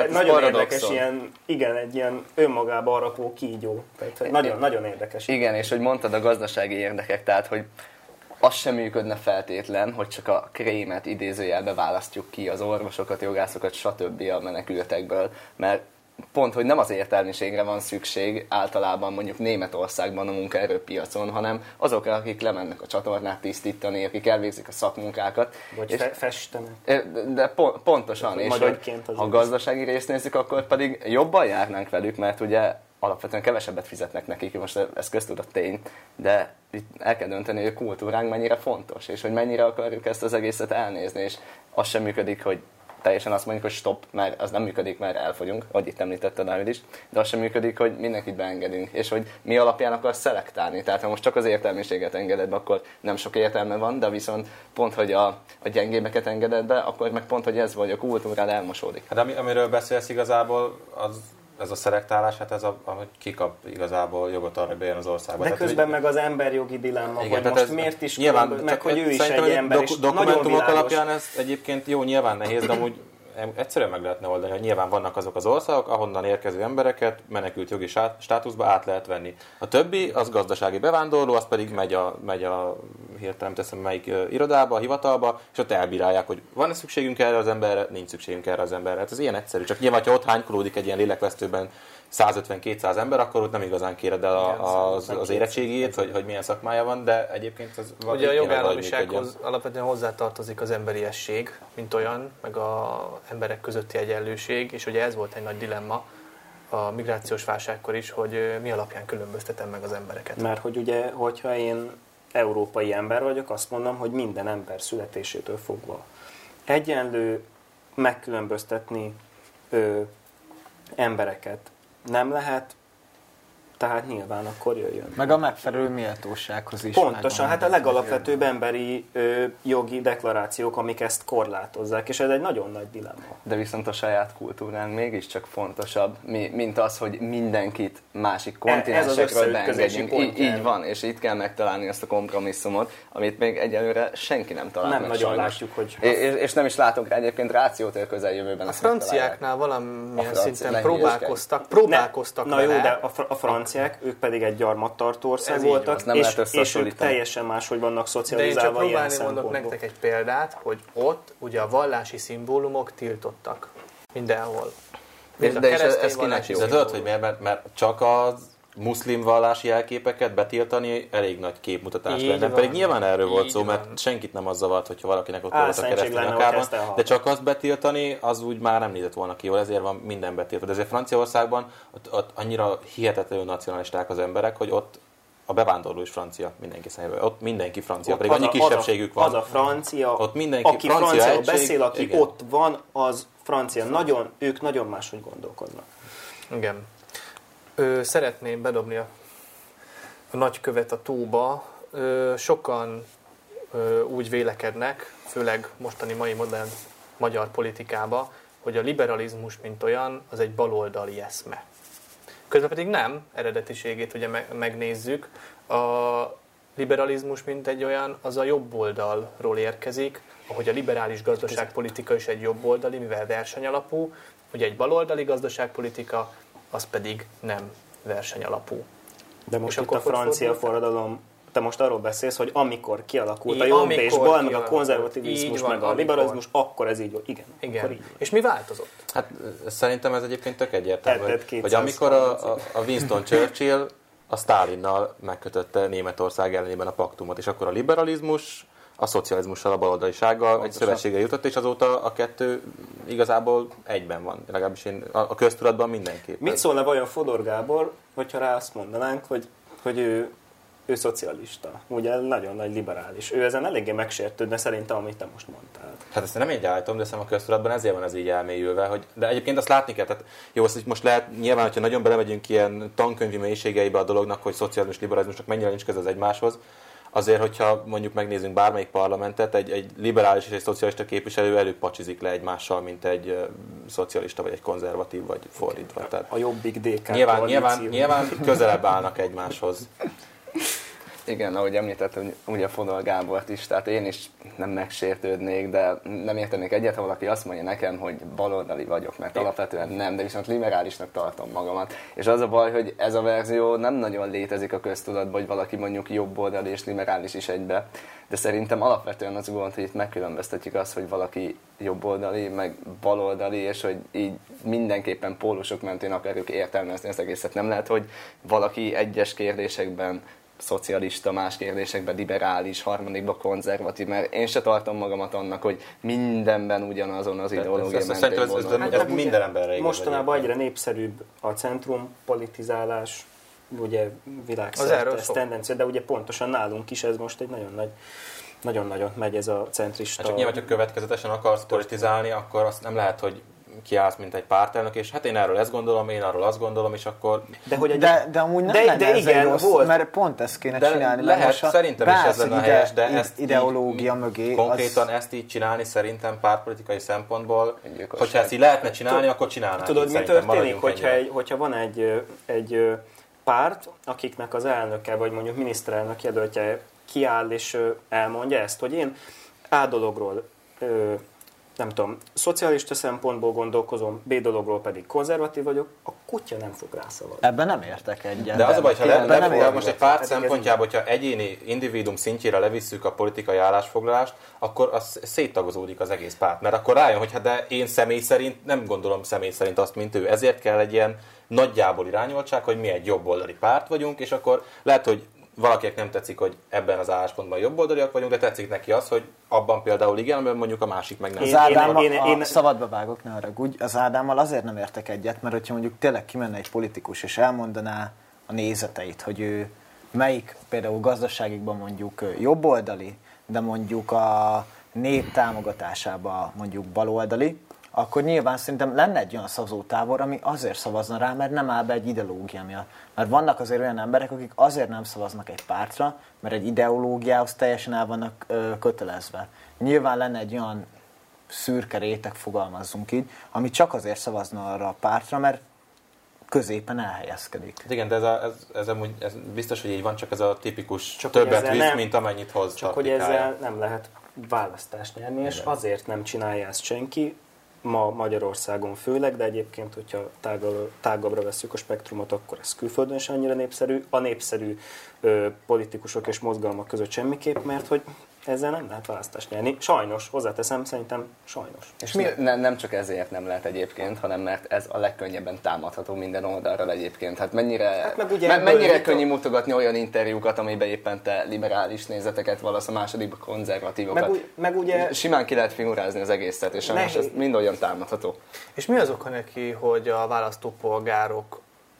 egy ilyen önmagába arapó kígyó. Tehát nagyon érdekes. Igen, és hogy mondtad a gazdasági érdekek, tehát hogy az sem működne feltétlen, hogy csak a krémet idézőjelbe választjuk ki, az orvosokat, jogászokat, stb. A menekültekből, mert pont, hogy nem az értelmiségre van szükség általában mondjuk Németországban a munkaerőpiacon, hanem azokra, akik lemennek a csatornát tisztítani, akik elvégzik a szakmunkákat. Vagy festenek. De pontosan, és hogy ha a gazdasági részt nézzük, akkor pedig jobban járnánk velük, mert ugye alapvetően kevesebbet fizetnek nekik, most ez köztudott tény, de itt el kell dönteni, hogy a kultúránk mennyire fontos, és hogy mennyire akarjuk ezt az egészet elnézni, és az sem működik, hogy teljesen azt mondjuk, hogy stop, mert az nem működik, mert elfogyunk, ahogy itt említette Dávid is, de az sem működik, hogy mindenkit beengedünk, és hogy mi alapján akarsz szelektálni. Tehát ha most csak az értelmiséget engeded be, akkor nem sok értelme van, de viszont pont, hogy a gyengébeket engeded be, akkor meg pont, hogy ez vagy a kultúrád elmosódik. Hát amiről beszélsz igazából, ez a szelektálás, hát hogy kikap igazából jogot arra, hogy bejön az országba. De tehát, közben hogy... meg az emberjogi dilemma, igen, hogy most miért is nyilván, meg hogy ő is egy ember, és dokumentumok alapján ez egyébként jó, nyilván nehéz, de amúgy egyszerűen meg lehetne oldani, hogy nyilván vannak azok az országok, ahonnan érkező embereket menekült jogi státuszba át lehet venni. A többi, az gazdasági bevándorló, az pedig megy a hirtelen teszem melyik irodába, hivatalba, és ott elbírálják, hogy van-e szükségünk erre az emberre, nincs szükségünk erre az emberre. Hát ez ilyen egyszerű. Csak nyilván, ha ott hánykolódik egy ilyen lélekvesztőben 150-200 ember, akkor ott nem igazán kéred el az érettségét, hogy milyen szakmája van, de egyébként az ugye a jogállamisághoz alapvetően hozzátartozik az emberiesség, mint olyan, meg az emberek közötti egyenlőség, és ugye ez volt egy nagy dilemma a migrációs válságkor is, hogy mi alapján különböztetem meg az embereket. Mert hogy ugye, hogyha én európai ember vagyok, azt mondom, hogy minden ember születésétől fogva egyenlő, megkülönböztetni embereket nem lehet, tehát nyilván akkor jöjjön. Meg a megfelelő méltósághoz is. Pontosan, hát a legalapvetőbb emberi jogi deklarációk, amik ezt korlátozzák, és ez egy nagyon nagy dilemma. De viszont a saját kultúránk mégiscsak fontosabb, mint az, hogy mindenkit másik kontinensekről beengedjünk. Így van, és itt kell megtalálni ezt a kompromisszumot, amit még egyelőre senki nem talált nem meg nagyon sajnos. Látjuk, hogy... És nem is látok rá egyébként rációt, hogy közeljövőben a franciáknál valamilyen szinten próbálkoztak na jó, de a franciák, ők pedig egy gyarmattartó ország voltak, és ők teljesen máshogy vannak szocializálva ilyen szempontból. De én csak próbálni mondok nektek egy példát, hogy ott ugye a vallási szimbólumok tiltottak mindenhol. De ez kinek jó? De tudod, hogy miért? Mert csak az muszlim vallási jelképeket betiltani elég nagy képmutatás lenne. Pedig nyilván erről volt szó, mert senkit nem az zavart, hogyha valakinek ott volt a keresztény nyakában, de csak azt betiltani, az úgy már nem nézett volna ki jól, ezért van minden betiltva. De ezért Franciaországban ott annyira hihetetlenül nacionalisták az emberek, hogy ott a bevándorló is francia mindenki szemében. Ott mindenki francia, ott pedig annyi kisebbségük van. Az a francia, ott mindenki, aki francia beszél, aki igen. Ott van, az francia. Ők nagyon máshogy gondolkodnak. Igen. Szeretném bedobni a nagykövet a tóba. Sokan úgy vélekednek, főleg mostani mai modern magyar politikába, hogy a liberalizmus, mint olyan, az egy baloldali eszme. Közben pedig nem, eredetiségét ugye megnézzük. liberalizmus, mint egy olyan, az a jobb oldalról érkezik, ahogy a liberális gazdaságpolitika is egy jobboldali, mivel versenyalapú, hogy egy baloldali gazdaságpolitika, az pedig nem versenyalapú. De most itt a francia forradalom, te most arról beszélsz, hogy amikor kialakult a jobb és bal, meg a konzervativizmus, meg a liberalizmus, akkor ez így volt. Igen. Így és mi változott? Hát szerintem ez egyébként tök egyértelmű, hogy amikor a Winston Churchill a Sztálinnal megkötötte Németország ellenében a paktumot, és akkor a liberalizmus a szocializmussal, a baloldalisággal egy szövetségre jutott, és azóta a kettő igazából egyben van, legalábbis én a köztudatban mindenképpen. Mit szólna vajon Fodor Gábor, hogyha rá azt mondanánk, hogy ő szocialista, ugye nagyon nagy liberális. Ő ezen eléggé megsértődne szerintem, amit te most mondtál. Hát ezt nem így állítom, de szerintem a köztudatban ezért van ez így elmélyülve, hogy, de egyébként azt látni kell, tehát jó, azt most lehet, nyilván, hogyha nagyon belemegyünk ilyen tankönyvi mélységeibe a dolognak, hogy szocializmus, liberalizmusnak mennyire nincs köze az egymáshoz, azért, hogyha mondjuk megnézzünk bármelyik parlamentet, egy liberális és egy szocialista képviselő előbb pacsizik le egymással, mint egy szocialista, vagy egy konzervatív, vagy fordítva. Tehát a Jobbik DK nyilván közelebb állnak egymáshoz. Igen, ahogy említettem, ugye Fodor Gábort is, tehát én is nem megsértődnék, de nem értenék egyet, ha valaki azt mondja nekem, hogy baloldali vagyok, mert alapvetően nem, de viszont liberálisnak tartom magamat. És az a baj, hogy ez a verzió nem nagyon létezik a köztudatban, hogy valaki mondjuk jobboldali és liberális is egybe, de szerintem alapvetően az gond, hogy itt megkülönböztetjük azt, hogy valaki jobboldali, meg baloldali, és hogy így mindenképpen pólusok mentén akarjuk értelmezni ezt egészet. Nem lehet, hogy valaki egyes kérdésekben szocialista, más kérdésekben liberális, harmadikban konzervatív, mert én se tartom magamat annak, hogy mindenben ugyanazon az ideológia mentén vonulnak. Ez minden emberre igaz. Mostanában egyre népszerűbb a centrum politizálás, ugye világszerte ez tendencia, de ugye pontosan nálunk is ez most egy nagyon nagyot megy ez a centrista. Hát csak nyilván, hogy következetesen akarsz politizálni, akkor azt nem lehet, hogy kiállsz, mint egy pártelnök, és hát én erről ezt gondolom, én arról azt gondolom, és akkor... De amúgy nem lenne ez igen, rossz, volt. Mert pont ezt kéne csinálni. Lehet, szerintem is ez lenne a helyes, de ezt ideológia mögé... Konkrétan ezt így csinálni szerintem pártpolitikai szempontból, hogyha ezt így lehetne csinálni, akkor csinálnánk. Tudod, mi történik, hogyha van egy párt, akiknek az elnöke, vagy mondjuk miniszterelnök jelöltje kiáll, és elmondja ezt, hogy én A dologról nem tudom, szocialista szempontból gondolkozom, B dologról pedig konzervatív vagyok, a kutya nem fog rászavazni. Ebben nem értek egyet. De az a baj, ha most egy párt szempontjából, hogyha egyéni individuum szintjére levisszük a politikai állásfoglalást, akkor az széttagozódik az egész párt. Mert akkor rájön, hogy hát de én személy szerint nem gondolom személy szerint azt, mint ő. Ezért kell egy ilyen nagyjából irányoltság, hogy mi egy jobboldali párt vagyunk, és akkor lehet, hogy valakinek nem tetszik, hogy ebben az álláspontban jobboldaliak vagyunk, de tetszik neki az, hogy abban például igen, amiben mondjuk a másik meg nem. Az Ádámmal, szabadba vágok, ne haragudj, az Ádámmal azért nem értek egyet, mert hogyha mondjuk tényleg kimenne egy politikus, és elmondaná a nézeteit, hogy ő melyik például gazdaságikban mondjuk jobboldali, de mondjuk a nép támogatásában mondjuk baloldali, akkor nyilván szerintem lenne egy olyan szavazótábor, ami azért szavazna rá, mert nem áll be egy ideológia miatt. Mert vannak azért olyan emberek, akik azért nem szavaznak egy pártra, mert egy ideológiához teljesen el vannak kötelezve. Nyilván lenne egy olyan szürke réteg, fogalmazzunk így, ami csak azért szavazna arra a pártra, mert középen elhelyezkedik. Hát igen, de ez biztos, hogy így van, csak ez a tipikus csak többet visz, mint amennyit hoz. Csak hogy ezzel nem lehet választást nyerni, és azért nem csinálja ezt senki, ma Magyarországon főleg, de egyébként, hogyha tágabbra vesszük a spektrumot, akkor ez külföldön is annyira népszerű. A népszerű politikusok és mozgalmak között semmiképp, mert hogy ezzel nem lehet választást nyerni. Sajnos, hozzáteszem, szerintem sajnos. És nem csak ezért nem lehet egyébként, hanem mert ez a legkönnyebben támadható minden oldalról egyébként. Hát mennyire könnyű mutogatni olyan interjúkat, amiben éppen te liberális nézeteket valasz, a másodikban konzervatívokat. Meg ugye... Simán ki lehet figurázni az egészet, és sajnos ez mind olyan támadható. És mi az oka neki, hogy a választópolgárok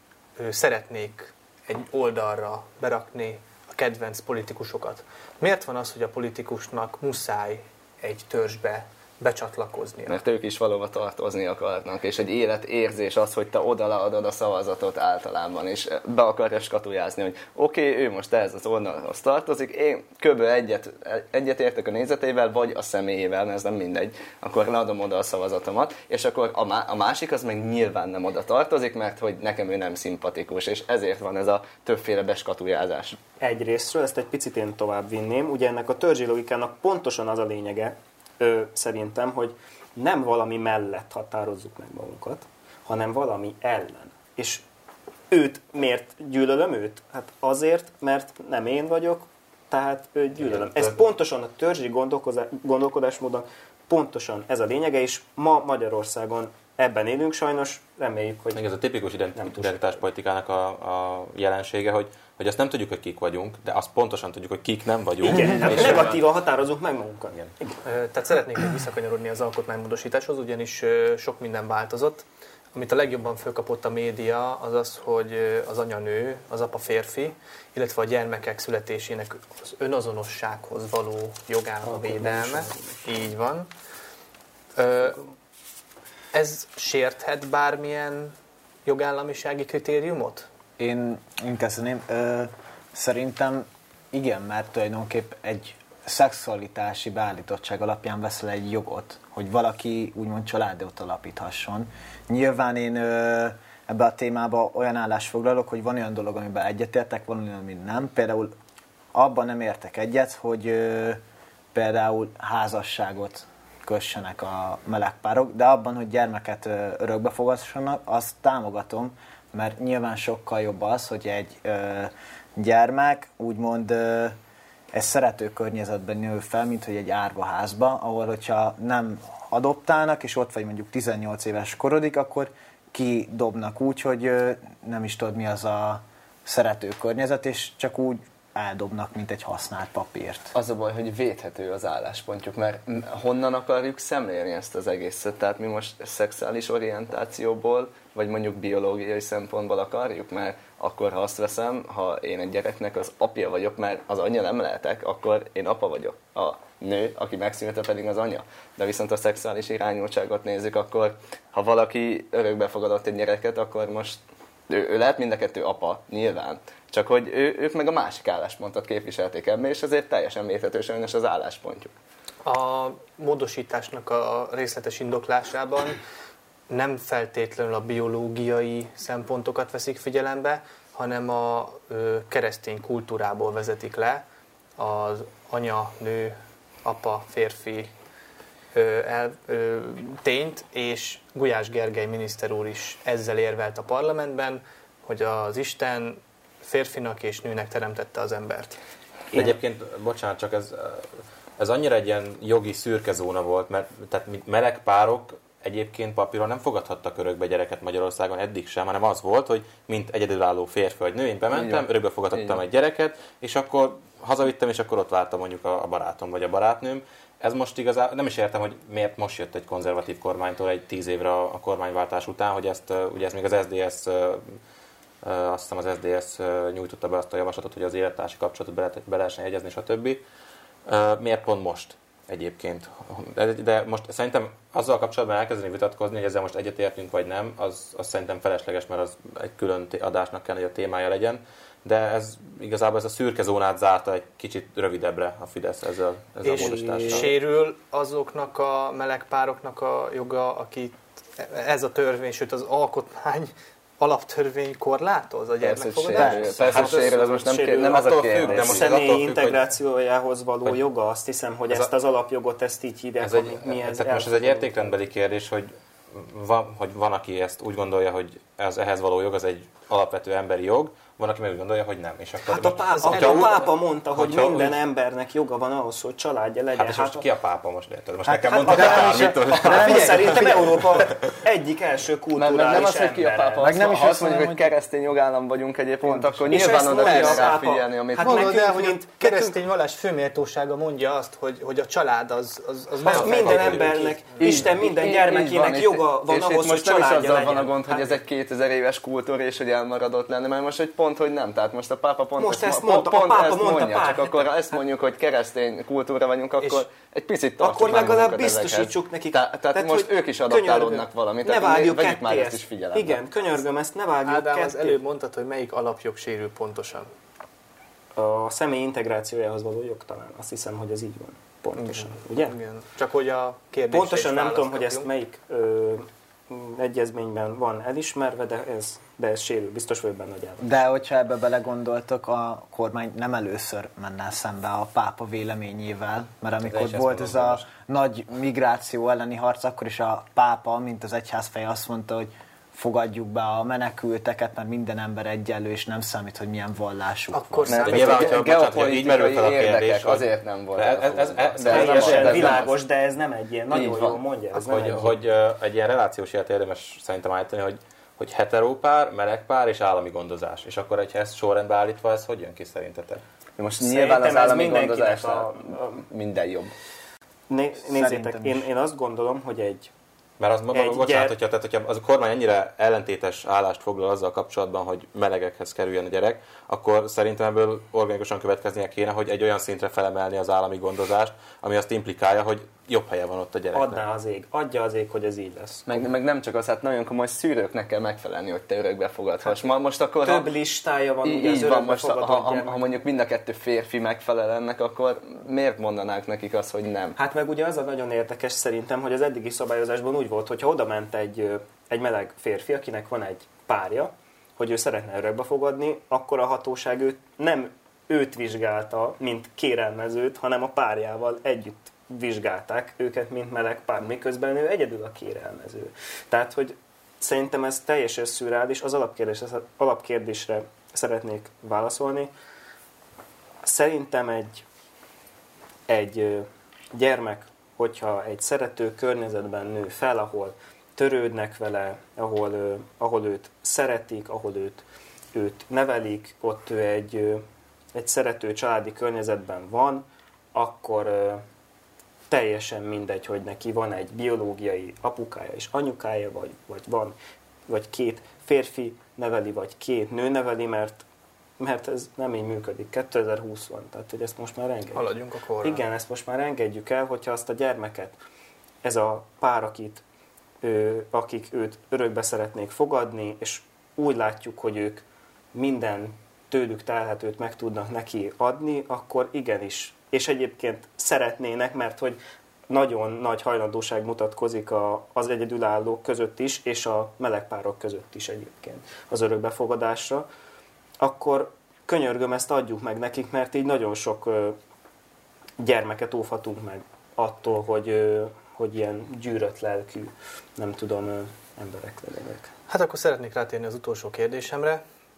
szeretnék egy oldalra berakni a kedvenc politikusokat? Miért van az, hogy a politikusnak muszáj egy törzsbe becsatlakoznia. Mert ők is valóban tartozni akarnak, és egy életérzés az, hogy te odaadod a szavazatot általában, és be akarja skatujázni, hogy oké, ő most ehhez az oldalhoz tartozik, én kb. egyet értek a nézeteivel, vagy a személyével, ez nem mindegy, akkor leadom oda a szavazatomat, és akkor a másik az meg nyilván nem oda tartozik, mert hogy nekem ő nem szimpatikus, és ezért van ez a többféle beskatujázás. Egyrésztről ezt egy picit én tovább vinném, ugye ennek a törzsi logikának pontosan az a lényege, szerintem, hogy nem valami mellett határozzuk meg magunkat, hanem valami ellen. És őt miért gyűlölöm őt? Hát azért, mert nem én vagyok, tehát őt gyűlölöm. Ez pontosan a törzsi gondolkodásmódon, pontosan ez a lényege, és ma Magyarországon ebben élünk sajnos, reméljük, hogy... Ez a tipikus identitáspolitikának a jelensége, hogy azt nem tudjuk, hogy kik vagyunk, de azt pontosan tudjuk, hogy kik nem vagyunk. Igen, és negatívan határozunk meg magunkat. Igen. Tehát szeretnék még visszakanyarodni az alkotmánymódosításhoz, ugyanis sok minden változott. Amit a legjobban fölkapott a média, az az, hogy az anya nő, az apa férfi, illetve a gyermekek születésének az önazonossághoz való jogának a védelme. Így van. Ez sérthet bármilyen jogállamisági kritériumot? Én kezdeném. Szerintem igen, mert tulajdonképp egy szexualitási beállítottság alapján veszel egy jogot, hogy valaki úgymond családot alapíthasson. Nyilván én ebbe a témába olyan állást foglalok, hogy van olyan dolog, amiben egyetértek, van olyan, ami nem. Például abban nem értek egyet, hogy például házasságot kössenek a melegpárok, de abban, hogy gyermeket örökbe fogadhassanak, azt támogatom, mert nyilván sokkal jobb az, hogy egy gyermek úgymond egy szerető környezetben nő fel, mint hogy egy árvaházba, ahol hogyha nem adoptálnak, és ott vagy mondjuk 18 éves korodik, akkor kidobnak úgy, hogy nem is tudod mi az a szerető környezet, és csak úgy eldobnak, mint egy használt papírt. Az a baj, hogy védhető az álláspontjuk, mert honnan akarjuk szemlélni ezt az egészet? Tehát mi most szexuális orientációból, vagy mondjuk biológiai szempontból akarjuk? Mert akkor, ha azt veszem, ha én egy gyereknek az apja vagyok, mert az anyja nem lehetek, akkor én apa vagyok. A nő, aki megszülte, pedig az anya. De viszont a szexuális irányultságot nézzük, akkor ha valaki örökbefogadott egy gyereket, akkor most ő lehet mind a kettő apa, nyilván. Csak hogy ők meg a másik álláspontot képviselték ebben, és ezért teljesen mérhető sajnos az álláspontjuk. A módosításnak a részletes indoklásában nem feltétlenül a biológiai szempontokat veszik figyelembe, hanem a keresztény kultúrából vezetik le az anya, nő, apa, férfi tényt, és Gulyás Gergely miniszter úr is ezzel érvelt a parlamentben, hogy az Isten férfinak és nőnek teremtette az embert. Egyébként, bocsánat, csak ez annyira egy ilyen jogi szürke zóna volt, mert tehát meleg párok egyébként papíron nem fogadhattak örökbe gyereket Magyarországon eddig sem, hanem az volt, hogy mint egyedülálló férfi vagy nő, én bementem, örökbe fogadhattam egy gyereket, és akkor hazavittem, és akkor ott vártam mondjuk a barátom vagy a barátnőm. Ez most igazából nem is értem, hogy miért most jött egy konzervatív kormánytól egy 10 évre a kormányváltás után, hogy ezt ugye ez még az SZDSZ, azt hiszem az SZDSZ nyújtotta be azt a javaslatot, hogy az élettársi kapcsolatot be lehessen jegyezni, stb. Miért pont most egyébként? De most szerintem azzal kapcsolatban elkezdeni vitatkozni, hogy ezzel most egyetértünk vagy nem, az szerintem felesleges, mert az egy külön adásnak kell, hogy a témája legyen. De ez igazából ez a szürke zónát zárta egy kicsit rövidebbre a Fidesz ezzel a módosítással. És sérül azoknak a melegpároknak a joga, akit ez a törvény, sőt az alkotmány alaptörvény korlátoz a gyermekfogadás? Persze sérül, ez most nem az a kérdés. De a személy integrációjához való joga, azt hiszem, hogy ezt az alapjogot ezt így hívják. Most ez egy értékrendbeli kérdés, hogy van, aki ezt úgy gondolja, hogy ehhez való jog az egy alapvető emberi jog, van, aki meg úgy gondolja, hogy nem. És akkor hát a pápa mondta, hogy minden embernek joga van ahhoz, hogy családja legyen. Hát most ki a pápa most? Érted? Most nekem mondtad akármit. Szerintem Európa egyik első kulturális nem az, hogy ki a pápa, ha azt mondjuk, hogy keresztény jogállam vagyunk egyébként, akkor nyilván oda kell ráfigyelni, amit mondod el, hogy keresztény vallás főméltósága mondja azt, hogy a család az minden embernek, Isten minden gyermekének joga van ahhoz, hogy családja legyen. Most nem is azzal van a gond, hogy ez egy 2000 éves kultúra, és hogy elmaradott lenne, mert most egy pont, hogy nem. Tehát most a pápa pont most ezt mondja, csak akkor ezt mondjuk, hogy keresztény kultúra vagyunk, akkor egy picit tartsuk akkor legalább biztosítsuk nekik. Tehát most ők is adaptálódnak valamit. Ne vágjuk vegyük már ezt is figyelembe. Igen, könyörgöm, ezt ne vágjuk Ádám, ketté. az előbb mondtad, hogy melyik alapjog sérül pontosan. A személy integrációjához való jog talán. Azt hiszem, hogy ez így van. Pontosan, ugye? Igen. Csak hogy a kérdésre Pontosan nem tudom, hogy kapjunk. ezt melyik egyezményben van elismerve, de ez sérül, biztos vagyok benne, hogy De hogyha ebbe belegondoltok, a kormány nem először menne szembe a pápa véleményével, mert amikor volt ez a nagy migráció elleni harc, akkor is a pápa, mint az egyház feje azt mondta, hogy fogadjuk be a menekülteket, mert minden ember egyenlő, és nem számít, hogy milyen vallásuk akkor van. Így merül fel a kérdés, azért nem volt. Teljesen világos, de ez nem egy ilyen nagyon jól mondja. Hogy egy ilyen relációs élet érdemes szerintem állítani, hogy heterópár, melegpár és állami gondozás. És akkor, hogyha ezt sorrendbe állítva, ez hogy jön ki szerintetek? Most nyilván az állami gondozásnál minden jobb. Nézzétek, én azt gondolom, hogy egy Mert hogyha az a kormány ennyire ellentétes állást foglal azzal kapcsolatban, hogy melegekhez kerüljön a gyerek, akkor szerintem ebből organikusan következnie kéne, hogy egy olyan szintre felemelni az állami gondozást, ami azt implikálja, hogy jobb helye van ott a gyereknek. Adja az ég, hogy ez így lesz. Meg nem csak az, hát nagyon komoly szűrőknek kell megfelelni, hogy te örökbe fogadhass. Most akkor, több listája van, ugye az örökbe fogadott ha mondjuk mind a kettő férfi megfelel ennek, akkor miért mondanák nekik azt, hogy nem? Hát meg ugye az a nagyon érdekes szerintem, hogy az eddigi szabályozásban úgy volt, hogyha oda ment egy meleg férfi, akinek van egy párja, hogy ő szeretne örökbe fogadni, akkor a hatóság nem őt vizsgálta, mint kérelmezőt, hanem a párjával együtt vizsgálták őket, mint meleg pár, miközben ő egyedül a kérelmező. Tehát, hogy szerintem ez teljesen szürreális, az alapkérdésre szeretnék válaszolni. Szerintem egy gyermek, hogyha egy szerető környezetben nő fel, ahol törődnek vele, ahol őt szeretik, ahol őt nevelik, ott ő egy szerető családi környezetben van, akkor teljesen mindegy, hogy neki van egy biológiai apukája és anyukája, vagy két férfi neveli, vagy két nő neveli, mert ez nem így működik. 2020 van, tehát hogy ezt most már engedjük. Haladjunk a korra. Igen, ezt most már engedjük el, hogyha azt a gyermeket, ez a pár, akik őt örökbe szeretnék fogadni, és úgy látjuk, hogy ők minden tőlük telhetőt meg tudnak neki adni, akkor igenis. És egyébként szeretnének, mert hogy nagyon nagy hajlandóság mutatkozik az egyedülállók között is, és a melegpárok között is egyébként az örökbefogadásra, akkor könyörgöm, ezt adjuk meg nekik, mert így nagyon sok gyermeket óvhatunk meg attól, hogy ilyen gyűrött lelkű, nem tudom, emberek legyenek. Hát akkor szeretnék rátérni az utolsó kérdésemre.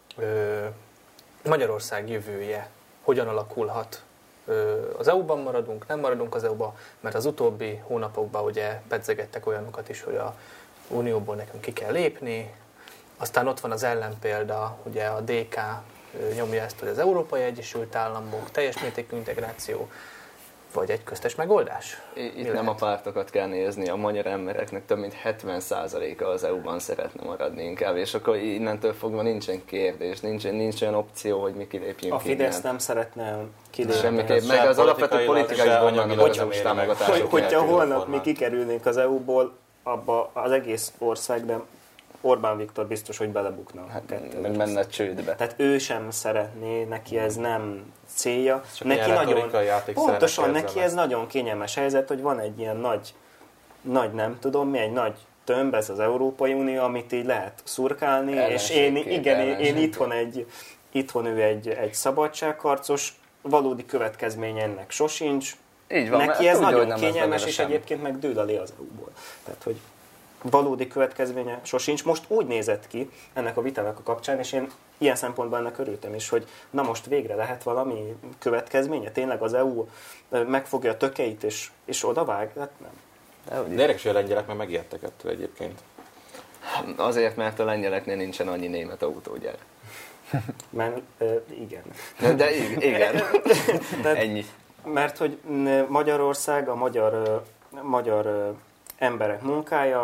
Magyarország jövője hogyan alakulhat? Az EU-ban maradunk, nem maradunk az EU-ban, mert az utóbbi hónapokban ugye pedzegettek olyanokat is, hogy a Unióból nekünk ki kell lépni, aztán ott van az ellenpélda, ugye a DK nyomja ezt, hogy az Európai Egyesült Államok, teljes mértékű integráció, vagy egy köztes megoldás? Itt nem a pártokat kell nézni, a magyar embereknek több mint 70%-a az EU-ban szeretne maradni inkább, és akkor innentől fogva nincsen kérdés, nincs olyan opció, hogy mi kilépjünk. A Fidesz nem szeretne kilépni. Semmiképp, meg az alapvető politikai vonalnak az EU-s támogatások. Hogyha holnap mi kikerülnénk az EU-ból, abba az egész ország, de Orbán Viktor biztos, hogy belebukna. Meg menne csődbe. Tehát ő sem szeretné, neki ez nem célja. Neki nagyon, pontosan neki ez nagyon kényelmes helyzet, hogy van egy ilyen nagy nem tudom mi, egy nagy tömb, ez az Európai Unió, amit így lehet szurkálni, és én itthon ő egy szabadságharcos, valódi következménye ennek sosincs. Így van, neki ez nagyon kényelmes, és egyébként meg dől alé az EU-ból. Tehát, hogy valódi következménye sosincs. Most úgy nézett ki ennek a vitának a kapcsán, és én ilyen szempontból ennek örültem is, hogy na most végre lehet valami következménye. Tényleg az EU megfogja a tökeit, és odavág? Hát nem. De érdekes, hogy a lengyelek már megijedtek ettől egyébként. Azért, mert a lengyeleknél nincsen annyi német autógyár. Mert igen. De igen. Ennyi. Mert hogy Magyarország, a magyar emberek munkája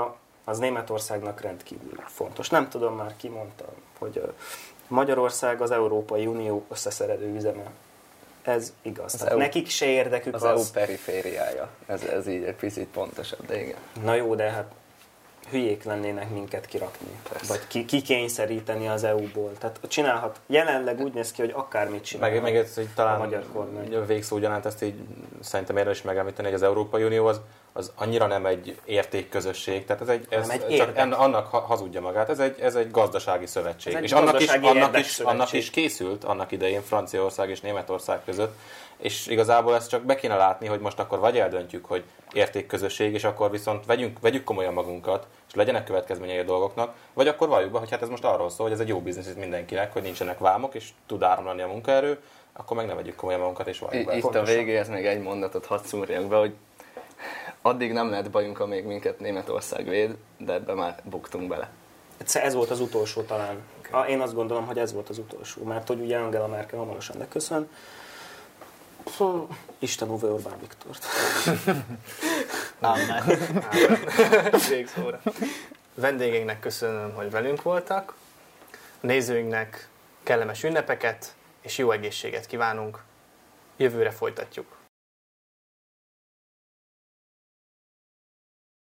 az Németországnak rendkívül fontos. Nem tudom, már ki mondta, hogy Magyarország az Európai Unió összeszerelő üzeme. Ez igaz. Tehát nekik se érdekük az EU perifériája. Ez így egy picit pontosabb, de igen. Na jó, de hát hülyék lennének minket kirakni. Persze. Vagy kikényszeríteni az EU-ból. Tehát csinálhat, jelenleg úgy néz ki, hogy akármit csinál meg ez, hogy talán a magyar kormány. A végszó ugyanánt ezt így szerintem érdemes is megemlíteni, hogy az Európai Unió az annyira nem egy értékközösség, tehát ez csak annak hazudja magát, ez egy gazdasági szövetség. És annak is készült annak idején Franciaország és Németország között, és igazából ezt csak be kéne látni, hogy most akkor vagy eldöntjük, hogy értékközösség, és akkor viszont vegyük komolyan magunkat, és legyenek következményei a dolgoknak, vagy akkor valljuk be, hogy hát ez most arról szól, hogy ez egy jó biznisz mindenkinek, hogy nincsenek vámok, és tud áramlani a munkaerő, akkor meg ne vegyük komolyan magunkat, és valljuk be. Itt a végéhez még egy mondatot hadd szúrjak be, hogy addig nem lehet bajunk, amíg minket Németország véd, de ebbe már buktunk bele. Ez volt az utolsó talán. Én azt gondolom, hogy ez volt az utolsó, mert hogy ugye Angela Merkel hamarosan leköszön. Isten óvja Orbán Viktort. Amen. Végszóra. Vendégeinknek köszönöm, hogy velünk voltak. Nézőinknek kellemes ünnepeket és jó egészséget kívánunk. Jövőre folytatjuk.